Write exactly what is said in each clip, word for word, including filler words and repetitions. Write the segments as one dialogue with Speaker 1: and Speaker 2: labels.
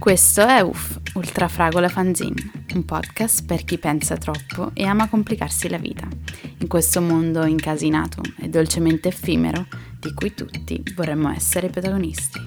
Speaker 1: Questo è U F, Ultra Fragola Fanzine, un podcast per chi pensa troppo e ama complicarsi la vita, in questo mondo incasinato e dolcemente effimero di cui tutti vorremmo essere protagonisti.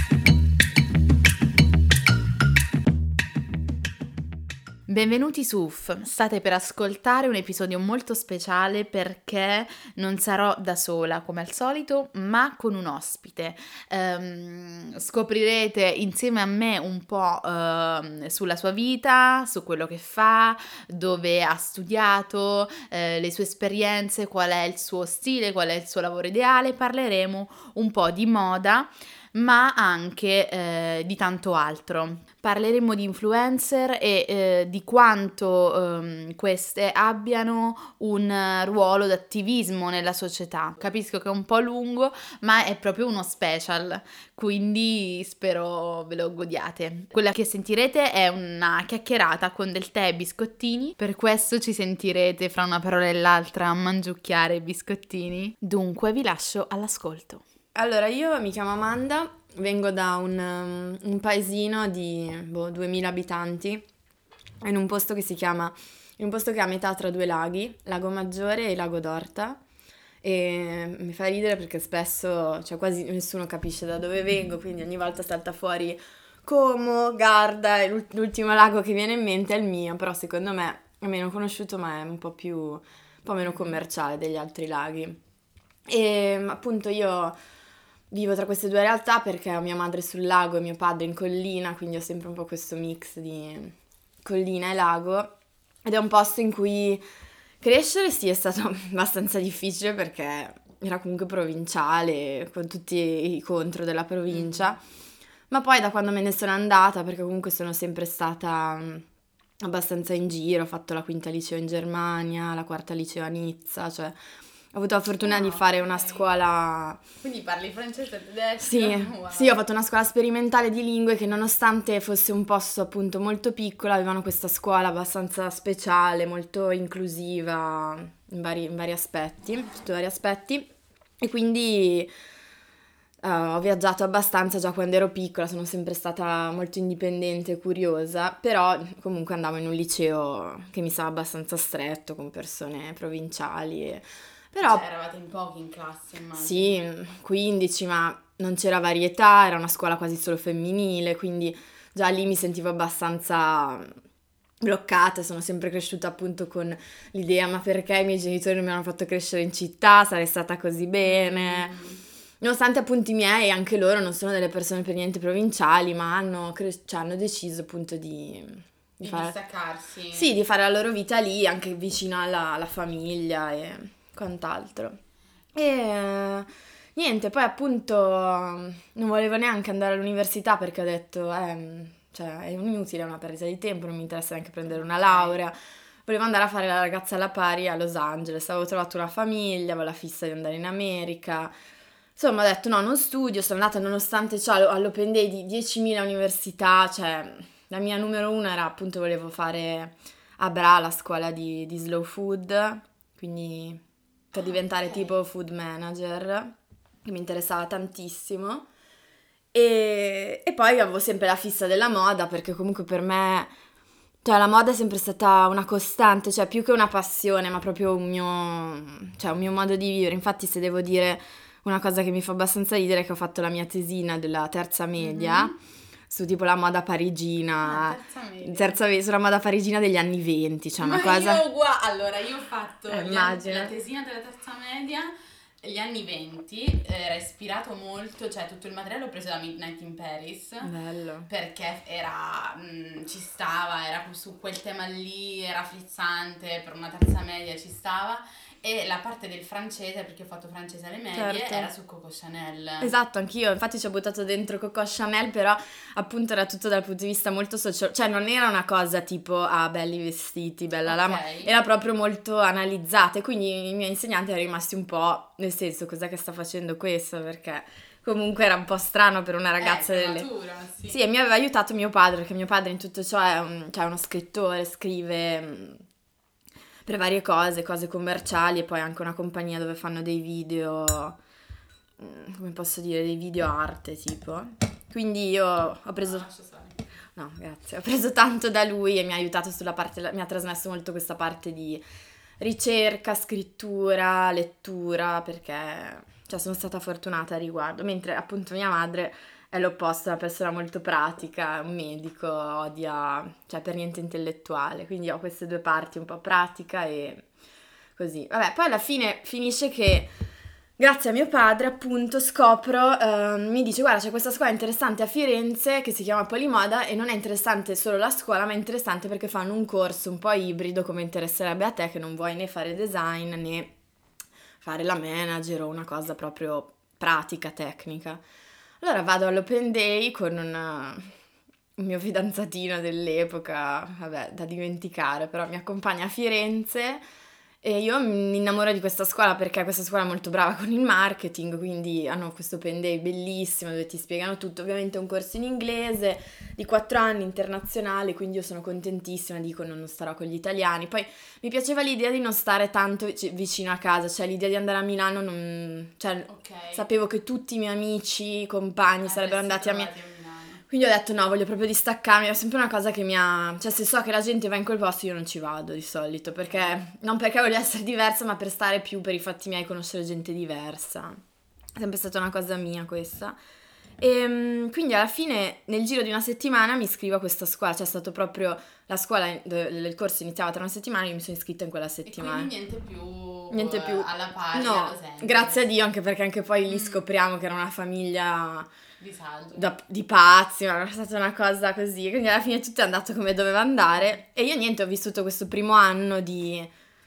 Speaker 1: Benvenuti su U F, state per ascoltare un episodio molto speciale perché non sarò da sola come al solito, ma con un ospite. Um, scoprirete insieme a me un po' uh, sulla sua vita, su quello che fa, dove ha studiato, uh, le sue esperienze, qual è il suo stile, qual è il suo lavoro ideale. Parleremo un po' di moda, ma anche eh, di tanto altro. Parleremo di influencer e eh, di quanto ehm, queste abbiano un ruolo d'attivismo nella società. Capisco che è un po' lungo, ma è proprio uno special, quindi spero ve lo godiate. Quella che sentirete è una chiacchierata con del tè e biscottini, per questo ci sentirete fra una parola e l'altra mangiucchiare i biscottini. Dunque vi lascio all'ascolto.
Speaker 2: Allora, io mi chiamo Amanda, vengo da un, um, un paesino di boh, duemila abitanti, in un posto che si chiama, in un posto che è a metà tra due laghi, Lago Maggiore e Lago d'Orta, e mi fa ridere perché spesso, cioè quasi nessuno capisce da dove vengo, quindi ogni volta salta fuori Como, Garda, e l'ultimo lago che viene in mente è il mio, però secondo me è meno conosciuto ma è un po' più, un po' meno commerciale degli altri laghi. E appunto io vivo tra queste due realtà perché ho mia madre sul lago e mio padre in collina, quindi ho sempre un po' questo mix di collina e lago, ed è un posto in cui crescere sì è stato abbastanza difficile perché era comunque provinciale, con tutti i contro della provincia, ma poi da quando me ne sono andata, perché comunque sono sempre stata abbastanza in giro, ho fatto la quinta liceo in Germania, la quarta liceo a Nizza, cioè ho avuto la fortuna
Speaker 1: oh,
Speaker 2: di fare una
Speaker 1: okay.
Speaker 2: scuola...
Speaker 1: Quindi parli francese e tedesco?
Speaker 2: Sì,
Speaker 1: wow.
Speaker 2: sì, ho fatto una scuola sperimentale di lingue che nonostante fosse un posto appunto molto piccolo, avevano questa scuola abbastanza speciale, molto inclusiva in vari, in vari aspetti, sotto vari aspetti. E quindi uh, ho viaggiato abbastanza già quando ero piccola, sono sempre stata molto indipendente e curiosa, però comunque andavo in un liceo che mi stava abbastanza stretto, con persone provinciali e... Però,
Speaker 1: cioè, eravate in pochi in classe, immagino.
Speaker 2: Sì, quindici, ma non c'era varietà, era una scuola quasi solo femminile, quindi già lì mi sentivo abbastanza bloccata, sono sempre cresciuta appunto con l'idea, ma perché i miei genitori non mi hanno fatto crescere in città, sarei stata così bene. Mm. Nonostante appunto i miei, anche loro, non sono delle persone per niente provinciali, ma hanno, cre- cioè, hanno deciso appunto di...
Speaker 1: Di, di
Speaker 2: fare...
Speaker 1: distaccarsi.
Speaker 2: Sì, di fare la loro vita lì, anche vicino alla, alla famiglia e... quant'altro. E niente, poi appunto non volevo neanche andare all'università perché ho detto, eh, cioè è inutile, è una perdita di tempo, non mi interessa neanche prendere una laurea. Volevo andare a fare la ragazza alla pari a Los Angeles, avevo trovato una famiglia, avevo la fissa di andare in America. Insomma, ho detto no, non studio, sono andata nonostante ciò all'open day di diecimila università, cioè la mia numero uno era appunto volevo fare a Bra la scuola di, di slow food, quindi per diventare
Speaker 1: okay.
Speaker 2: tipo food manager, che mi interessava tantissimo. E, e poi avevo sempre la fissa della moda, perché comunque per me, cioè la moda è sempre stata una costante, cioè più che una passione, ma proprio un mio, cioè un mio modo di vivere. Infatti se devo dire una cosa che mi fa abbastanza ridere è che ho fatto la mia tesina della terza media, mm-hmm. su tipo la moda parigina,
Speaker 1: ah, terza media.
Speaker 2: terza media, sulla moda parigina degli anni venti, cioè una
Speaker 1: ma
Speaker 2: cosa...
Speaker 1: io uguale, allora io ho fatto
Speaker 2: eh,
Speaker 1: gli anni, la tesina della terza media, gli anni venti, era ispirato molto, cioè tutto il materiale l'ho preso da Midnight in Paris.
Speaker 2: Bello.
Speaker 1: Perché era, mh, ci stava, era su quel tema lì, era frizzante, per una terza media ci stava. E la parte del francese, perché ho fatto francese alle medie, certo. Era su Coco Chanel.
Speaker 2: Esatto, anch'io, infatti ci ho buttato dentro Coco Chanel, però appunto era tutto dal punto di vista molto sociale, cioè non era una cosa tipo ah belli vestiti, bella okay. la, ma era proprio molto analizzata, e quindi i miei insegnanti erano rimasti un po' nel senso cos'è che sta facendo questo, perché comunque era un po' strano per una ragazza
Speaker 1: eh,
Speaker 2: delle...
Speaker 1: matura, sì.
Speaker 2: Sì, e mi aveva aiutato mio padre, perché mio padre in tutto ciò è un, cioè uno scrittore, scrive per varie cose, cose commerciali, e poi anche una compagnia dove fanno dei video, come posso dire, dei video arte tipo. Quindi io ho preso,
Speaker 1: no,
Speaker 2: No, grazie. Ho preso tanto da lui e mi ha aiutato sulla parte, mi ha trasmesso molto questa parte di ricerca, scrittura, lettura, perché cioè, sono stata fortunata a riguardo, mentre appunto mia madre è l'opposto, è una persona molto pratica, un medico, odia, cioè per niente intellettuale, quindi ho queste due parti, un po' pratica e così. Vabbè, poi alla fine finisce che grazie a mio padre, appunto, scopro, eh, mi dice guarda c'è questa scuola interessante a Firenze che si chiama Polimoda e non è interessante solo la scuola, ma è interessante perché fanno un corso un po' ibrido come interesserebbe a te che non vuoi né fare design né fare la manager o una cosa proprio pratica, tecnica. Allora vado all'Open Day con una- un mio fidanzatino dell'epoca, vabbè, da dimenticare, però mi accompagna a Firenze e io mi innamoro di questa scuola perché questa scuola è molto brava con il marketing, quindi hanno questo Open Day bellissimo dove ti spiegano tutto, ovviamente è un corso in inglese di quattro anni internazionale, quindi io sono contentissima, dico non starò con gli italiani, poi mi piaceva l'idea di non stare tanto vic- vicino a casa, cioè l'idea di andare a Milano non... cioè
Speaker 1: Ok.
Speaker 2: sapevo che tutti i miei amici, compagni sarebbero
Speaker 1: Avresti
Speaker 2: andati a Milano.
Speaker 1: trovati a Milano.
Speaker 2: Quindi ho detto no, voglio proprio distaccarmi, è sempre una cosa che mi ha... cioè se so che la gente va in quel posto io non ci vado di solito, perché non perché voglio essere diversa, ma per stare più per i fatti miei, conoscere gente diversa. È sempre stata una cosa mia questa. E mm, quindi alla fine nel giro di una settimana mi iscrivo a questa scuola, cioè è stato proprio la scuola, dove il corso iniziava tra una settimana e io mi sono iscritta in quella
Speaker 1: E
Speaker 2: settimana.
Speaker 1: quindi niente più,
Speaker 2: Niente più.
Speaker 1: eh, alla pari a
Speaker 2: No,
Speaker 1: Los Angeles.
Speaker 2: grazie a Dio, anche perché anche poi lì
Speaker 1: Mm.
Speaker 2: scopriamo che era una famiglia
Speaker 1: Disagio.
Speaker 2: da- di pazzi, ma è stata una cosa così, quindi alla fine tutto è andato come doveva andare e io niente, ho vissuto questo primo anno di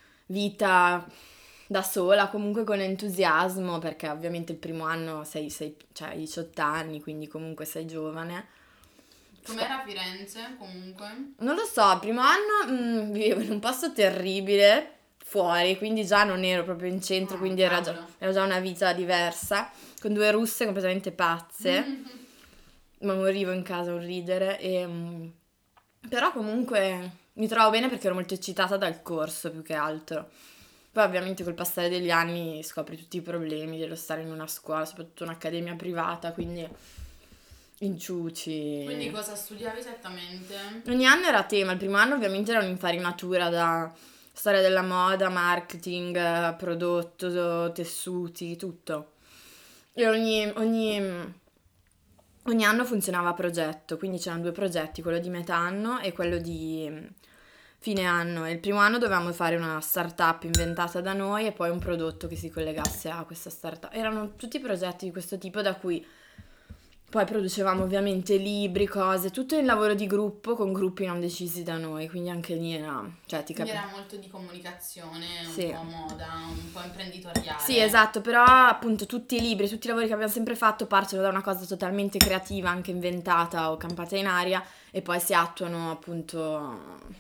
Speaker 2: vita da sola, comunque con entusiasmo, perché ovviamente il primo anno sei, sei cioè hai diciotto anni, quindi comunque sei giovane.
Speaker 1: Com'era Firenze comunque?
Speaker 2: Non lo so, il primo anno mm, vivevo in un posto terribile, fuori, quindi già non ero proprio in centro,
Speaker 1: Oh,
Speaker 2: quindi era già,
Speaker 1: cavolo.
Speaker 2: era già una vita diversa, con due russe completamente pazze, ma morivo in casa a un ridere, e, mm, però comunque mi trovo bene perché ero molto eccitata dal corso più che altro. Poi ovviamente col passare degli anni scopri tutti i problemi dello stare in una scuola, soprattutto un'accademia privata, quindi inciuci.
Speaker 1: Quindi cosa studiavi esattamente?
Speaker 2: Ogni anno era tema, il primo anno ovviamente era un'infarinatura da storia della moda, marketing, eh, prodotto, tessuti, tutto. E ogni, ogni, ogni anno funzionava a progetto, quindi c'erano due progetti, quello di metà anno e quello di mm, fine anno. E il primo anno dovevamo fare una startup inventata da noi e poi un prodotto che si collegasse a questa startup. Erano tutti progetti di questo tipo da cui poi producevamo ovviamente libri, cose, tutto in lavoro di gruppo con gruppi non decisi da noi, quindi anche lì era, cioè ti
Speaker 1: Quindi
Speaker 2: capi.
Speaker 1: era molto di comunicazione, un
Speaker 2: Sì.
Speaker 1: po' moda, un po' imprenditoriale.
Speaker 2: Sì, esatto, però appunto tutti i libri, tutti i lavori che abbiamo sempre fatto partono da una cosa totalmente creativa, anche inventata o campata in aria e poi si attuano appunto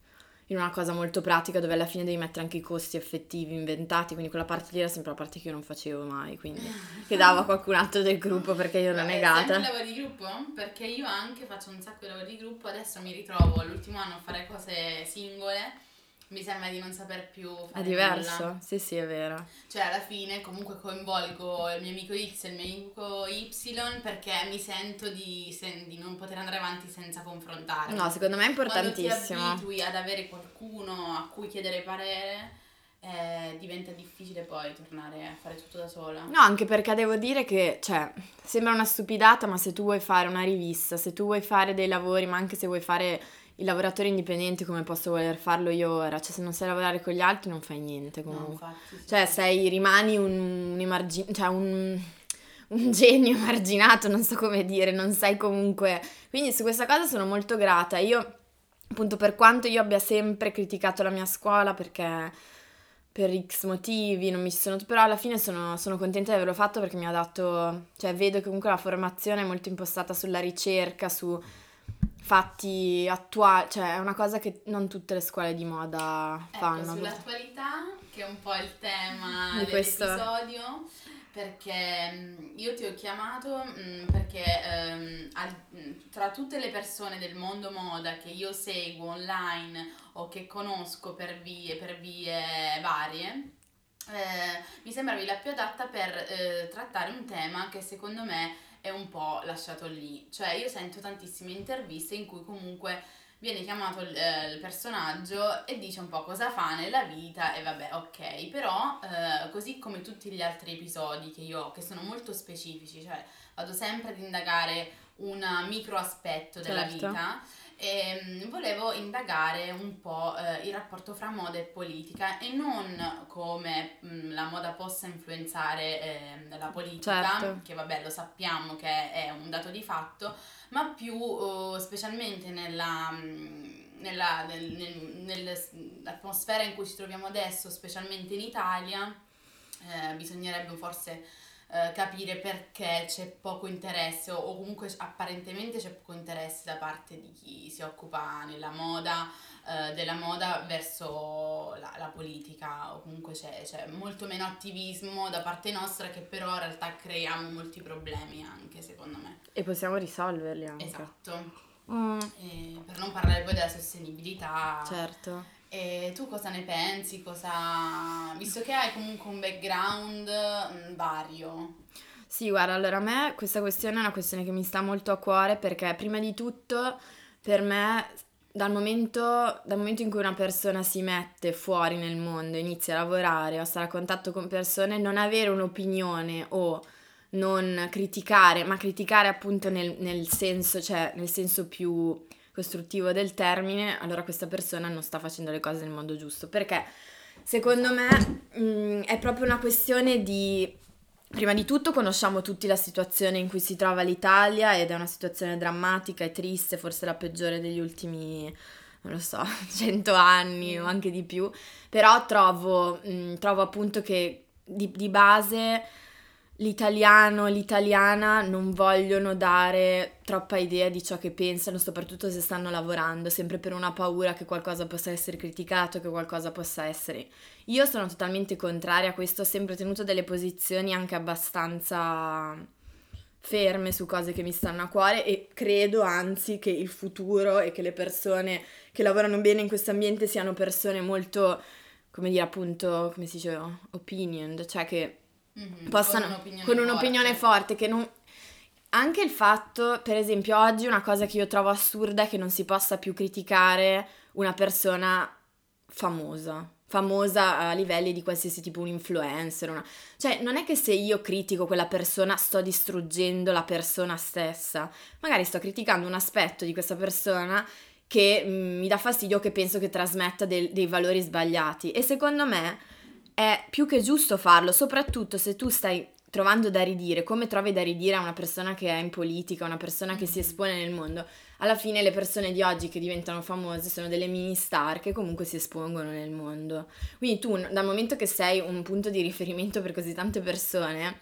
Speaker 2: in una cosa molto pratica dove alla fine devi mettere anche i costi effettivi inventati, quindi quella parte lì era sempre la parte che io non facevo mai, quindi che davo a qualcun altro del gruppo perché io ero
Speaker 1: Vabbè,
Speaker 2: negata.
Speaker 1: sempre lavori di gruppo? Perché io anche faccio un sacco di lavori di gruppo, adesso mi ritrovo all'ultimo anno a fare cose singole, mi sembra di non saper più fare
Speaker 2: È diverso?
Speaker 1: nulla.
Speaker 2: Sì, sì, è vero.
Speaker 1: Cioè alla fine comunque coinvolgo il mio amico X e il mio amico Y perché mi sento di, sen- di non poter andare avanti senza confrontarmi.
Speaker 2: No, secondo me è
Speaker 1: Quando ti
Speaker 2: importantissimo.
Speaker 1: abitui ad avere qualcuno a cui chiedere parere, eh, diventa difficile poi tornare a fare tutto da sola.
Speaker 2: No, anche perché devo dire che, cioè, sembra una stupidata, ma se tu vuoi fare una rivista, se tu vuoi fare dei lavori, ma anche se vuoi fare il lavoratore indipendente come posso voler farlo io ora, cioè se non sai lavorare con gli altri non fai niente
Speaker 1: No,
Speaker 2: comunque.
Speaker 1: infatti, sì,
Speaker 2: Cioè,
Speaker 1: sì.
Speaker 2: sei, rimani un, un emargi- cioè un, un genio emarginato, non so come dire, non sai comunque. Quindi su questa cosa sono molto grata. Io, appunto, per quanto io abbia sempre criticato la mia scuola perché per X motivi non mi ci sono, però alla fine sono, sono contenta di averlo fatto perché mi ha dato, cioè vedo che comunque la formazione è molto impostata sulla ricerca, su fatti attuali, cioè è una cosa che non tutte le scuole di moda
Speaker 1: Ecco,
Speaker 2: fanno.
Speaker 1: sull'attualità, che è un po' il tema
Speaker 2: Di questo-
Speaker 1: dell'episodio, perché mh, io ti ho chiamato mh, perché ehm, al- mh, tra tutte le persone del mondo moda che io seguo online o che conosco per vie, per vie varie, eh, mi sembravi la più adatta per eh, trattare un tema che secondo me è un po' lasciato lì. Cioè io sento tantissime interviste in cui comunque viene chiamato il, eh, il personaggio e dice un po' cosa fa nella vita e vabbè, ok, però eh, così come tutti gli altri episodi che io ho, che sono molto specifici, cioè vado sempre ad indagare un micro aspetto della
Speaker 2: Certo.
Speaker 1: vita. E volevo indagare un po' eh, il rapporto fra moda e politica e non come mh, la moda possa influenzare eh, la politica,
Speaker 2: Certo.
Speaker 1: che vabbè lo sappiamo che è un dato di fatto, ma più eh, specialmente nella, mh, nella nel, nel, nell'atmosfera in cui ci troviamo adesso, specialmente in Italia, eh, bisognerebbe forse eh, capire perché c'è poco interesse o, o comunque apparentemente c'è poco interesse da parte di chi si occupa nella moda, eh, della moda verso la, la politica, o comunque c'è, c'è molto meno attivismo da parte nostra, che però in realtà creiamo molti problemi anche, secondo me.
Speaker 2: E possiamo risolverli anche.
Speaker 1: Esatto.
Speaker 2: Mm,
Speaker 1: E per non parlare poi della sostenibilità.
Speaker 2: certo.
Speaker 1: E tu cosa ne pensi? Cosa... Visto che hai comunque un background mm, vario.
Speaker 2: Sì, guarda, allora a me questa questione è una questione che mi sta molto a cuore perché prima di tutto per me dal momento, dal momento in cui una persona si mette fuori nel mondo, inizia a lavorare o a stare a contatto con persone, non avere un'opinione o non criticare, ma criticare appunto nel, nel senso, cioè nel senso più costruttivo del termine, allora questa persona non sta facendo le cose nel modo giusto, perché secondo me mh, è proprio una questione di, prima di tutto conosciamo tutti la situazione in cui si trova l'Italia ed è una situazione drammatica e triste, forse la peggiore degli ultimi, non lo so, cento anni o anche di più, però trovo, mh, trovo appunto che di, di base l'italiano e l'italiana non vogliono dare troppa idea di ciò che pensano, soprattutto se stanno lavorando, sempre per una paura che qualcosa possa essere criticato, che qualcosa possa essere... Io sono totalmente contraria a questo, ho sempre tenuto delle posizioni anche abbastanza ferme su cose che mi stanno a cuore e credo anzi che il futuro e che le persone che lavorano bene in questo ambiente siano persone molto, come dire appunto, come si dice, opinioned, cioè che
Speaker 1: Mm-hmm.
Speaker 2: possano,
Speaker 1: con un'opinione,
Speaker 2: con un'opinione
Speaker 1: forte.
Speaker 2: forte, che non... Anche il fatto, per esempio, oggi una cosa che io trovo assurda è che non si possa più criticare una persona famosa, famosa a livelli di qualsiasi tipo, un influencer, una... Cioè, non è che se io critico quella persona sto distruggendo la persona stessa, magari sto criticando un aspetto di questa persona che mh, mi dà fastidio, che penso che trasmetta del- dei valori sbagliati, e secondo me è più che giusto farlo, soprattutto se tu stai trovando da ridire, come trovi da ridire a una persona che è in politica, una persona che si espone nel mondo. Alla fine le persone di oggi che diventano famose sono delle mini star che comunque si espongono nel mondo. Quindi tu, dal momento che sei un punto di riferimento per così tante persone,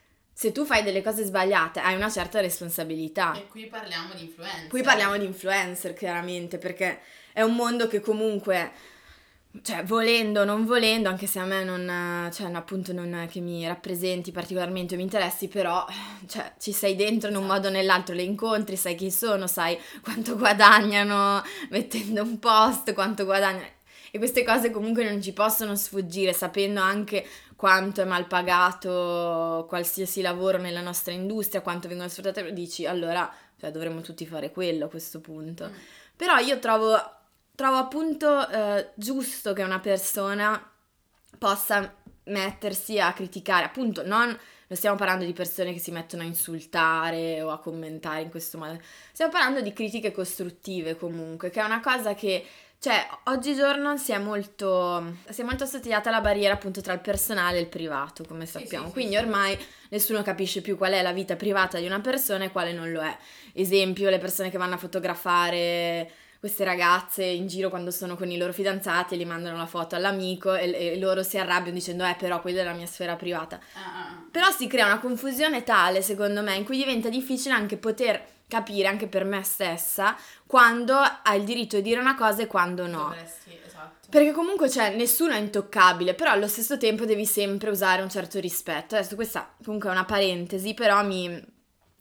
Speaker 2: se tu fai delle cose sbagliate hai una certa responsabilità.
Speaker 1: E qui parliamo di influencer.
Speaker 2: Qui parliamo di influencer, chiaramente, perché è un mondo che comunque... Cioè, volendo o non volendo, anche se a me non, cioè, appunto non è che mi rappresenti particolarmente o mi interessi, però, cioè, ci sei dentro in un modo o nell'altro, le incontri, sai chi sono, sai quanto guadagnano mettendo un post, quanto guadagnano, e queste cose comunque non ci possono sfuggire, sapendo anche quanto è mal pagato qualsiasi lavoro nella nostra industria, quanto vengono sfruttate, dici, allora, cioè, dovremmo tutti fare quello a questo punto. Mm. Però io trovo... Trovo appunto eh, giusto che una persona possa mettersi a criticare, appunto, non, non stiamo parlando di persone che si mettono a insultare o a commentare in questo modo, stiamo parlando di critiche costruttive comunque, che è una cosa che, cioè, oggigiorno si è molto, si è molto assottigliata la barriera appunto tra il personale e il privato, come sappiamo, sì, sì, quindi sì, ormai nessuno capisce più qual è la vita privata di una persona e quale non lo è. Esempio, le persone che vanno a fotografare queste ragazze in giro quando sono con i loro fidanzati e gli mandano la foto all'amico e, e loro si arrabbiano dicendo eh però quella è la mia sfera privata. Uh-uh. Però si crea una confusione tale, secondo me, in cui diventa difficile anche poter capire, anche per me stessa, quando hai il diritto di dire una cosa e quando no.
Speaker 1: Dovresti, esatto.
Speaker 2: Perché comunque, cioè, nessuno è intoccabile, però allo stesso tempo devi sempre usare un certo rispetto. Adesso questa comunque è una parentesi, però mi...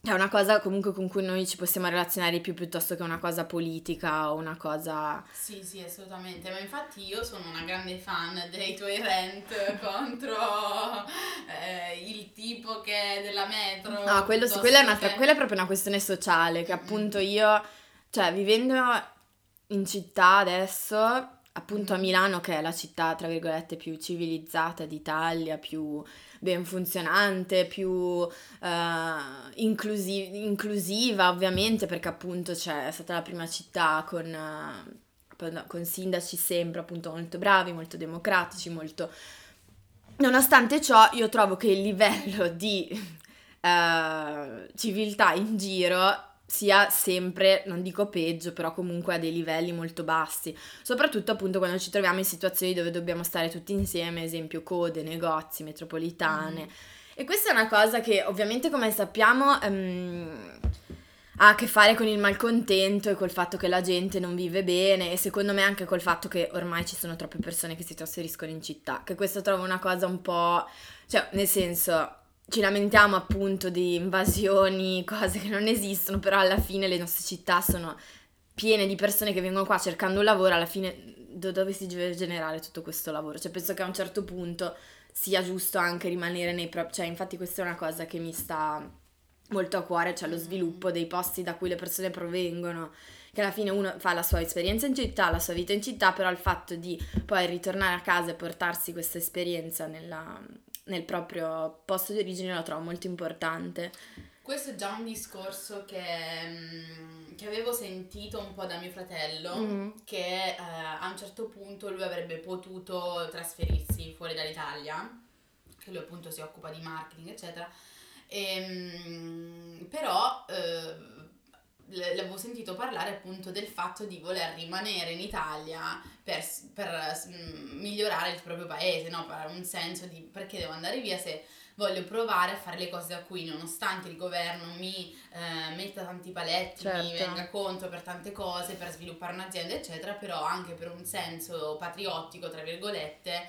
Speaker 2: è una cosa comunque con cui noi ci possiamo relazionare di più piuttosto che una cosa politica o una cosa...
Speaker 1: Sì, sì, assolutamente, ma infatti io sono una grande fan dei tuoi rant contro eh, il tipo che è della metro,
Speaker 2: Ah, quello sì, quella è,
Speaker 1: piuttosto
Speaker 2: un'altra,
Speaker 1: che...
Speaker 2: quella è proprio una questione sociale che
Speaker 1: Mm-mm.
Speaker 2: appunto io, cioè vivendo in città adesso, appunto a
Speaker 1: Mhm.
Speaker 2: Milano che è la città tra virgolette più civilizzata d'Italia, più ben funzionante, più eh, inclusi- inclusiva ovviamente perché appunto c'è è stata la prima città con... eh, con sindaci sempre appunto molto bravi, molto democratici, molto... Nonostante ciò, io trovo che il livello di eh, civiltà in giro sia sempre, non dico peggio, però comunque a dei livelli molto bassi, soprattutto appunto quando ci troviamo in situazioni dove dobbiamo stare tutti insieme, esempio code, negozi, metropolitane.
Speaker 1: Mhm.
Speaker 2: E questa è una cosa che ovviamente come sappiamo ehm, ha a che fare con il malcontento e col fatto che la gente non vive bene e secondo me anche col fatto che ormai ci sono troppe persone che si trasferiscono in città, che questo trovo una cosa un po', cioè nel senso ci lamentiamo appunto di invasioni, cose che non esistono, però alla fine le nostre città sono piene di persone che vengono qua cercando un lavoro, alla fine do- dove si deve generare tutto questo lavoro? Cioè penso che a un certo punto sia giusto anche rimanere nei propri... Cioè, infatti questa è una cosa che mi sta molto a cuore, cioè lo sviluppo dei posti da cui le persone provengono, che alla fine uno fa la sua esperienza in città, la sua vita in città, però il fatto di poi ritornare a casa e portarsi questa esperienza nella- nel proprio posto di origine lo trovo molto importante.
Speaker 1: Questo è già un discorso che, mm, che avevo sentito un po' da mio fratello,
Speaker 2: Mm.
Speaker 1: che eh, a un certo punto lui avrebbe potuto trasferirsi fuori dall'Italia, che lui appunto si occupa di marketing, eccetera. Ehm, però eh, l- l'avevo sentito parlare appunto del fatto di voler rimanere in Italia per, s- per, mm, migliorare il proprio paese, no? Per un senso di perché devo andare via se voglio provare a fare le cose da cui, nonostante il governo mi eh, metta tanti paletti, mi
Speaker 2: Certo.
Speaker 1: venga contro per tante cose, per sviluppare un'azienda, eccetera, però anche per un senso patriottico, tra virgolette,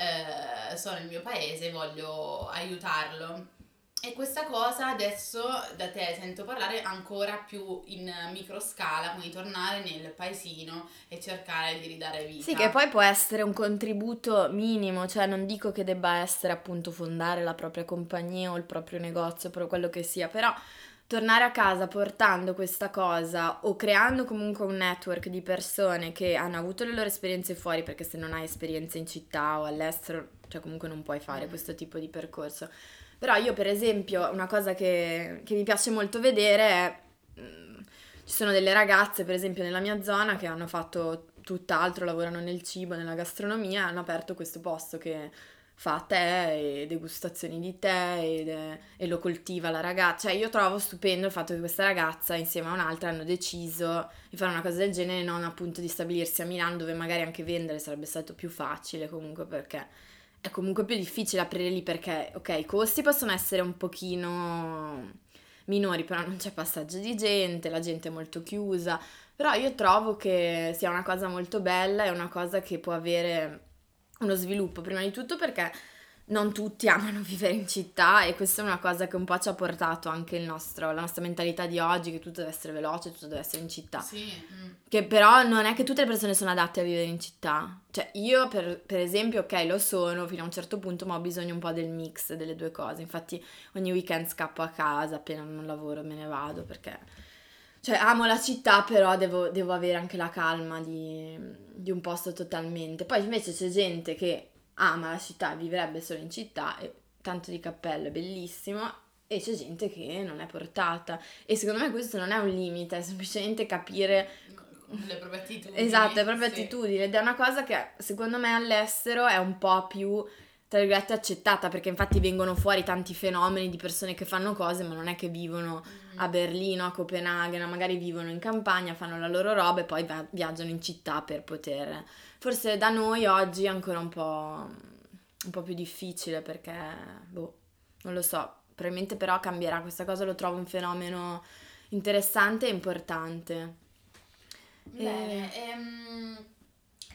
Speaker 1: eh, sono il mio paese, voglio aiutarlo. E questa cosa adesso da te sento parlare ancora più in micro scala, quindi tornare nel paesino e cercare di ridare
Speaker 2: Sì, che
Speaker 1: vita.
Speaker 2: poi può essere un contributo minimo, cioè non dico che debba essere appunto fondare la propria compagnia o il proprio negozio, però quello che sia, però tornare a casa portando questa cosa o creando comunque un network di persone che hanno avuto le loro esperienze fuori, perché se non hai esperienze in città o all'estero, cioè comunque non puoi fare
Speaker 1: Mm.
Speaker 2: questo tipo di percorso. Però io per esempio una cosa che, che mi piace molto vedere è... mm, ci sono delle ragazze, per esempio, nella mia zona che hanno fatto tutt'altro, lavorano nel cibo, nella gastronomia, hanno aperto questo posto che fa tè e degustazioni di tè ed è- e lo coltiva la ragazza. Cioè, io trovo stupendo il fatto che questa ragazza, insieme a un'altra, hanno deciso di fare una cosa del genere, non appunto di stabilirsi a Milano, dove magari anche vendere sarebbe stato più facile comunque perché è comunque più difficile aprire lì perché, ok, i costi possono essere un pochino minori, però non c'è passaggio di gente, la gente è molto chiusa, però io trovo che sia una cosa molto bella e una cosa che può avere uno sviluppo, prima di tutto perché non tutti amano vivere in città e questa è una cosa che un po' ci ha portato anche il nostro, la nostra mentalità di oggi, che tutto deve essere veloce, tutto deve essere in città.
Speaker 1: Sì, mm.
Speaker 2: Che però non è che tutte le persone sono adatte a vivere in città. Cioè, io per, per esempio, ok, lo sono fino a un certo punto, ma ho bisogno un po' del mix delle due cose. Infatti, ogni weekend scappo a casa, appena non lavoro me ne vado perché. Cioè, amo la città, però devo, devo avere anche la calma di, di un posto totalmente. Poi invece c'è gente che ama la città, vivrebbe solo in città, e tanto di cappello, è bellissimo, e c'è gente che non è portata. E secondo me questo non è un limite, è semplicemente capire...
Speaker 1: Le proprie attitudini,
Speaker 2: Esatto, è proprio
Speaker 1: sì.
Speaker 2: attitudine ed è una cosa che secondo me all'estero è un po' più, tra virgolette, accettata, perché infatti vengono fuori tanti fenomeni di persone che fanno cose, ma non è che vivono a
Speaker 1: Mhm.
Speaker 2: Berlino, a Copenaghen, magari vivono in campagna, fanno la loro roba e poi va- viaggiano in città per poter... Forse da noi oggi è ancora un po', un po' più difficile perché, boh, non lo so, probabilmente però cambierà questa cosa, lo trovo un fenomeno interessante e importante. E...
Speaker 1: Bene, ehm,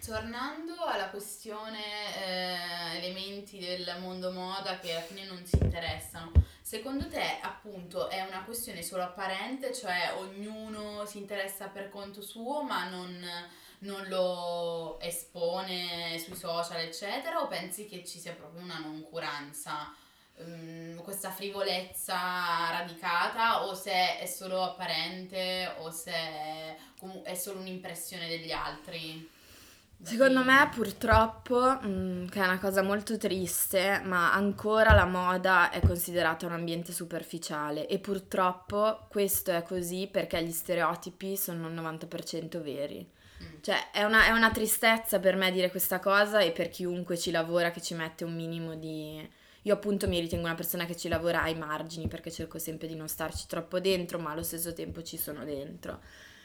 Speaker 1: tornando alla questione eh, elementi del mondo moda che alla fine non si interessano, secondo te appunto è una questione solo apparente, cioè ognuno si interessa per conto suo ma non, non lo espone sui social eccetera, o pensi che ci sia proprio una noncuranza, ehm, questa frivolezza radicata, o se è solo apparente o se è, comu- è solo un'impressione degli altri? Da
Speaker 2: Secondo
Speaker 1: chi-
Speaker 2: me, purtroppo, mm, che è una cosa molto triste, ma ancora la moda è considerata un ambiente superficiale e purtroppo questo è così perché gli stereotipi sono il novanta per cento veri.
Speaker 1: Mm.
Speaker 2: Cioè, è una, è una tristezza per me dire questa cosa e per chiunque ci lavora che ci mette un minimo di... Io appunto mi ritengo una persona che ci lavora ai margini perché cerco sempre di non starci troppo dentro, ma allo stesso tempo ci sono dentro.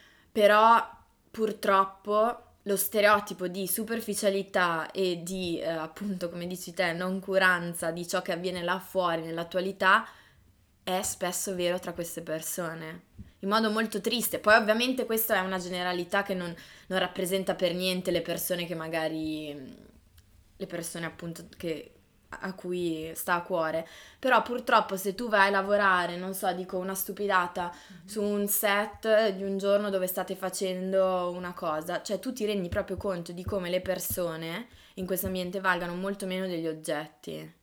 Speaker 2: Però purtroppo lo stereotipo di superficialità e di, eh, appunto, come dici te, noncuranza di ciò che avviene là fuori nell'attualità è spesso vero tra queste persone, in modo molto triste. Poi ovviamente questa è una generalità che non, non rappresenta per niente le persone che magari, le persone appunto che, a cui sta a cuore, però purtroppo se tu vai a lavorare, non so, dico una stupidata, su un set di un giorno dove state facendo una cosa, cioè tu ti rendi proprio conto di come le persone in questo ambiente valgano molto meno degli oggetti.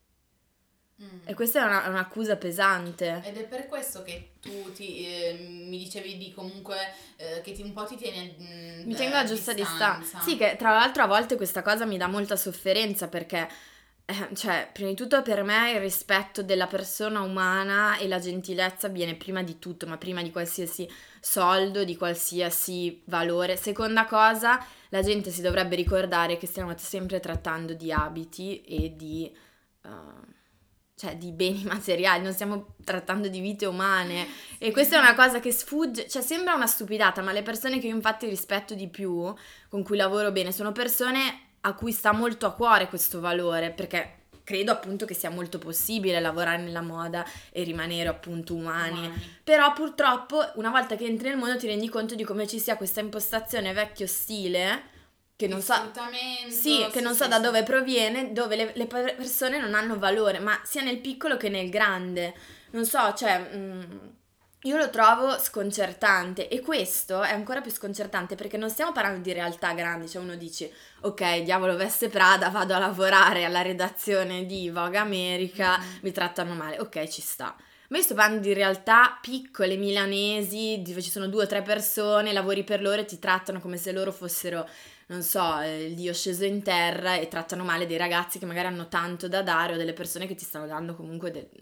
Speaker 1: Mm.
Speaker 2: E questa è una- un'accusa pesante.
Speaker 1: Ed è per questo che tu ti, eh, mi dicevi di comunque eh, che ti, un po' ti tieni mm,
Speaker 2: Mi
Speaker 1: eh,
Speaker 2: tengo a
Speaker 1: a
Speaker 2: giusta distanza.
Speaker 1: distanza.
Speaker 2: Sì, che tra l'altro a volte questa cosa mi dà molta sofferenza perché, eh, cioè, prima di tutto per me il rispetto della persona umana e la gentilezza viene prima di tutto, ma prima di qualsiasi soldo, di qualsiasi valore. Seconda cosa, la gente si dovrebbe ricordare che stiamo sempre trattando di abiti e di... eh, cioè di beni materiali, non stiamo trattando di vite umane. E
Speaker 1: Sì.
Speaker 2: questa è una cosa che sfugge, cioè sembra una stupidata, ma le persone che io infatti rispetto di più, con cui lavoro bene, sono persone a cui sta molto a cuore questo valore, perché credo appunto che sia molto possibile lavorare nella moda e rimanere appunto umani.
Speaker 1: Umani.
Speaker 2: Però purtroppo una volta che entri nel mondo ti rendi conto di come ci sia questa impostazione vecchio stile, che
Speaker 1: Di
Speaker 2: non so...
Speaker 1: sfruttamento.
Speaker 2: Sì, che
Speaker 1: Sì,
Speaker 2: non so
Speaker 1: sì,
Speaker 2: da
Speaker 1: sì.
Speaker 2: dove proviene, dove le, le per- persone non hanno valore, ma sia nel piccolo che nel grande. Non so, cioè, mm, io lo trovo sconcertante e questo è ancora più sconcertante perché non stiamo parlando di realtà grandi, cioè uno dice, ok, diavolo veste Prada, vado a lavorare alla redazione di Vogue America,
Speaker 1: Mhm.
Speaker 2: mi trattano male, ok, ci sta. Ma io sto parlando di realtà piccole, milanesi, dove ci sono due o tre persone, lavori per loro e ti trattano come se loro fossero, non so, eh, il dio sceso in terra e trattano male dei ragazzi che magari hanno tanto da dare o delle persone che ti stanno dando comunque de-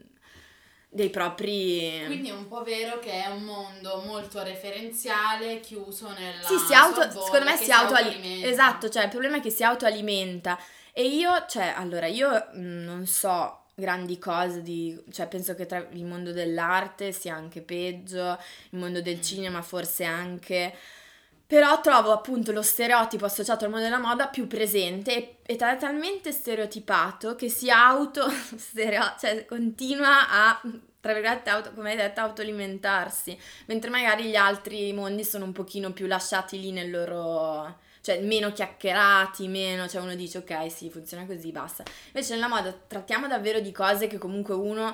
Speaker 2: dei propri...
Speaker 1: Quindi è un po' vero che è un mondo molto referenziale, chiuso nella
Speaker 2: Sì, si auto,
Speaker 1: sua
Speaker 2: secondo
Speaker 1: bolla
Speaker 2: me
Speaker 1: che
Speaker 2: si
Speaker 1: si
Speaker 2: autoalimenta.
Speaker 1: autoalimenta.
Speaker 2: Esatto, cioè il problema è che si autoalimenta. E io, cioè, allora, io mh, non so grandi cose di... cioè penso che tra il mondo dell'arte sia anche peggio, il mondo del
Speaker 1: Mm.
Speaker 2: cinema forse anche... Però trovo appunto lo stereotipo associato al mondo della moda più presente e, e tal- talmente stereotipato che si auto, stereo, cioè continua a, tra virgolette, auto, come hai detto, autoalimentarsi, mentre magari gli altri mondi sono un pochino più lasciati lì nel loro, cioè meno chiacchierati, meno, cioè uno dice ok sì, funziona così, basta. Invece nella moda trattiamo davvero di cose che comunque uno,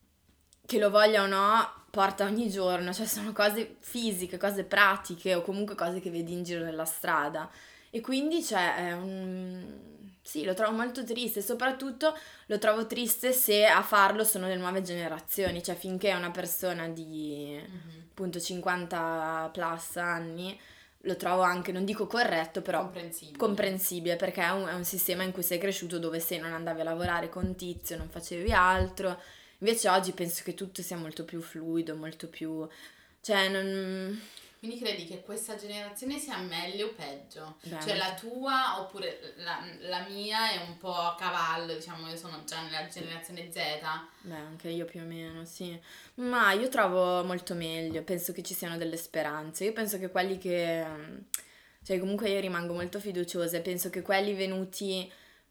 Speaker 2: che lo voglia o no, porta ogni giorno, cioè sono cose fisiche, cose pratiche o comunque cose che vedi in giro nella strada. E quindi, cioè, è un... Sì, lo trovo molto triste, soprattutto lo trovo triste se a farlo sono le nuove generazioni, cioè finché è una persona di
Speaker 1: Mhm.
Speaker 2: appunto cinquanta plus anni, lo trovo anche, non dico corretto, però
Speaker 1: Comprensibile.
Speaker 2: comprensibile, perché è un, è un sistema in cui sei cresciuto dove se non andavi a lavorare con tizio, non facevi altro. Invece oggi penso che tutto sia molto più fluido, molto più... cioè non...
Speaker 1: Quindi credi che questa generazione sia meglio o peggio?
Speaker 2: Beh,
Speaker 1: Cioè la tua oppure la, la mia è un po' a cavallo, diciamo, io sono già nella generazione Z.
Speaker 2: beh, anche io più o meno, sì. Ma io trovo molto meglio, penso che ci siano delle speranze. Io penso che quelli che... cioè comunque io rimango molto fiduciosa e penso che quelli venuti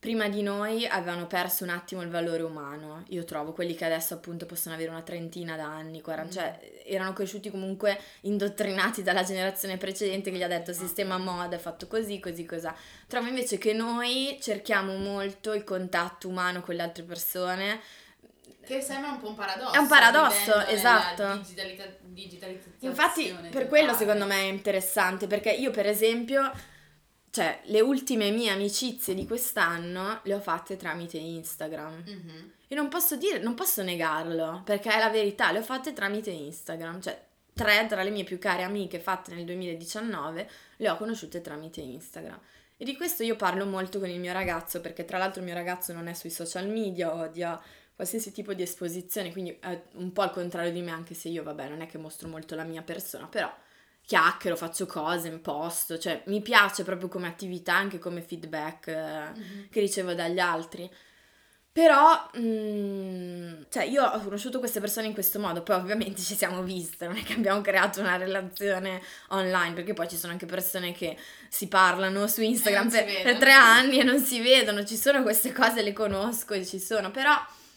Speaker 2: prima di noi avevano perso un attimo il valore umano, io trovo, quelli che adesso appunto possono avere una trentina d'anni, quaranta,
Speaker 1: Mm.
Speaker 2: cioè erano cresciuti comunque indottrinati dalla generazione precedente che gli ha detto sistema moda, è fatto così, così, così. Trovo invece che noi cerchiamo molto il contatto umano con le altre persone.
Speaker 1: Che sembra un po' un paradosso.
Speaker 2: È un paradosso,
Speaker 1: vivendo
Speaker 2: esatto.
Speaker 1: nella digitalita- digitalizzazione.
Speaker 2: Infatti per quello
Speaker 1: totale.
Speaker 2: secondo me è interessante, perché io per esempio, cioè le ultime mie amicizie di quest'anno le ho fatte tramite Instagram.
Speaker 1: Mhm.
Speaker 2: E non posso dire, non posso negarlo, perché è la verità, le ho fatte tramite Instagram, cioè tre tra le mie più care amiche fatte nel duemiladiciannove le ho conosciute tramite Instagram. E di questo io parlo molto con il mio ragazzo, perché tra l'altro il mio ragazzo non è sui social media, odia qualsiasi tipo di esposizione, quindi è un po' al contrario di me, anche se io, vabbè, non è che mostro molto la mia persona, però chiacchiero, faccio cose, posto, cioè mi piace proprio come attività, anche come feedback eh,
Speaker 1: Mhm.
Speaker 2: che ricevo dagli altri. Però, mm, cioè, io ho conosciuto queste persone in questo modo, poi ovviamente ci siamo viste, non è che abbiamo creato una relazione online, perché poi ci sono anche persone che si parlano su Instagram
Speaker 1: non si
Speaker 2: per, per
Speaker 1: vedono.
Speaker 2: tre anni e non si vedono, ci sono queste cose, le conosco e ci sono, però,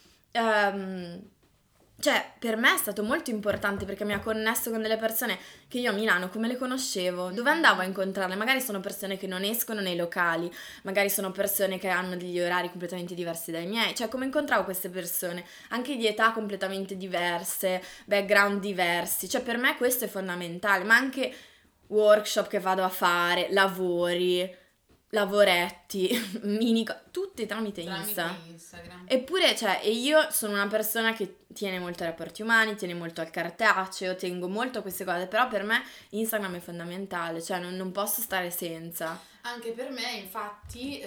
Speaker 2: ehm, cioè, per me è stato molto importante perché mi ha connesso con delle persone che io a Milano come le conoscevo, dove andavo a incontrarle? Magari sono persone che non escono nei locali, magari sono persone che hanno degli orari completamente diversi dai miei, cioè come incontravo queste persone, anche di età completamente diverse, background diversi, cioè per me questo è fondamentale, ma anche workshop che vado a fare, lavori, lavoretti, mini, co- tutti tramite,
Speaker 1: Tramite
Speaker 2: Insta.
Speaker 1: Instagram.
Speaker 2: Eppure, cioè, e io sono una persona che tiene molto ai rapporti umani, tiene molto al cartaceo, tengo molto a queste cose, però per me Instagram è fondamentale, cioè non, non posso stare senza.
Speaker 1: Anche per me, infatti,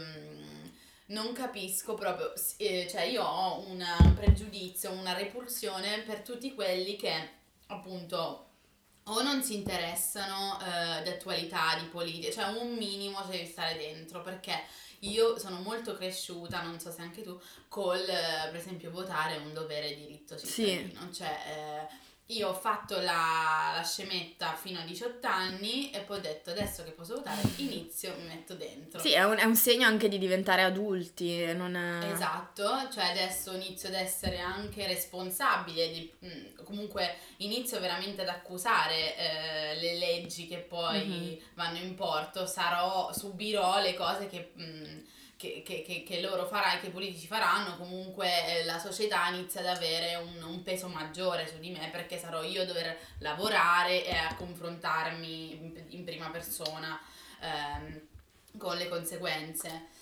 Speaker 1: ehm, non capisco proprio, s- eh, cioè io ho una- un pregiudizio, una repulsione per tutti quelli che appunto o non si interessano eh, di attualità, di politica, cioè un minimo ci devi stare dentro, perché io sono molto cresciuta, non so se anche tu, col eh, per esempio votare è un dovere diritto
Speaker 2: Sì.
Speaker 1: cittadino, cioè eh, io ho fatto la, la scemetta fino a diciotto anni e poi ho detto adesso che posso votare inizio, mi metto dentro.
Speaker 2: Sì, è un, è un segno anche di diventare adulti, e non è...
Speaker 1: Esatto, cioè adesso inizio ad essere anche responsabile, di, mh, comunque inizio veramente ad accusare eh, le leggi che poi
Speaker 2: Mhm.
Speaker 1: vanno in porto, sarò, subirò le cose che, mh, che, che- che- che loro faranno, che i politici faranno, comunque eh, la società inizia ad avere un, un peso maggiore su di me perché sarò io a dover lavorare e a confrontarmi in, in prima persona ehm, con le conseguenze.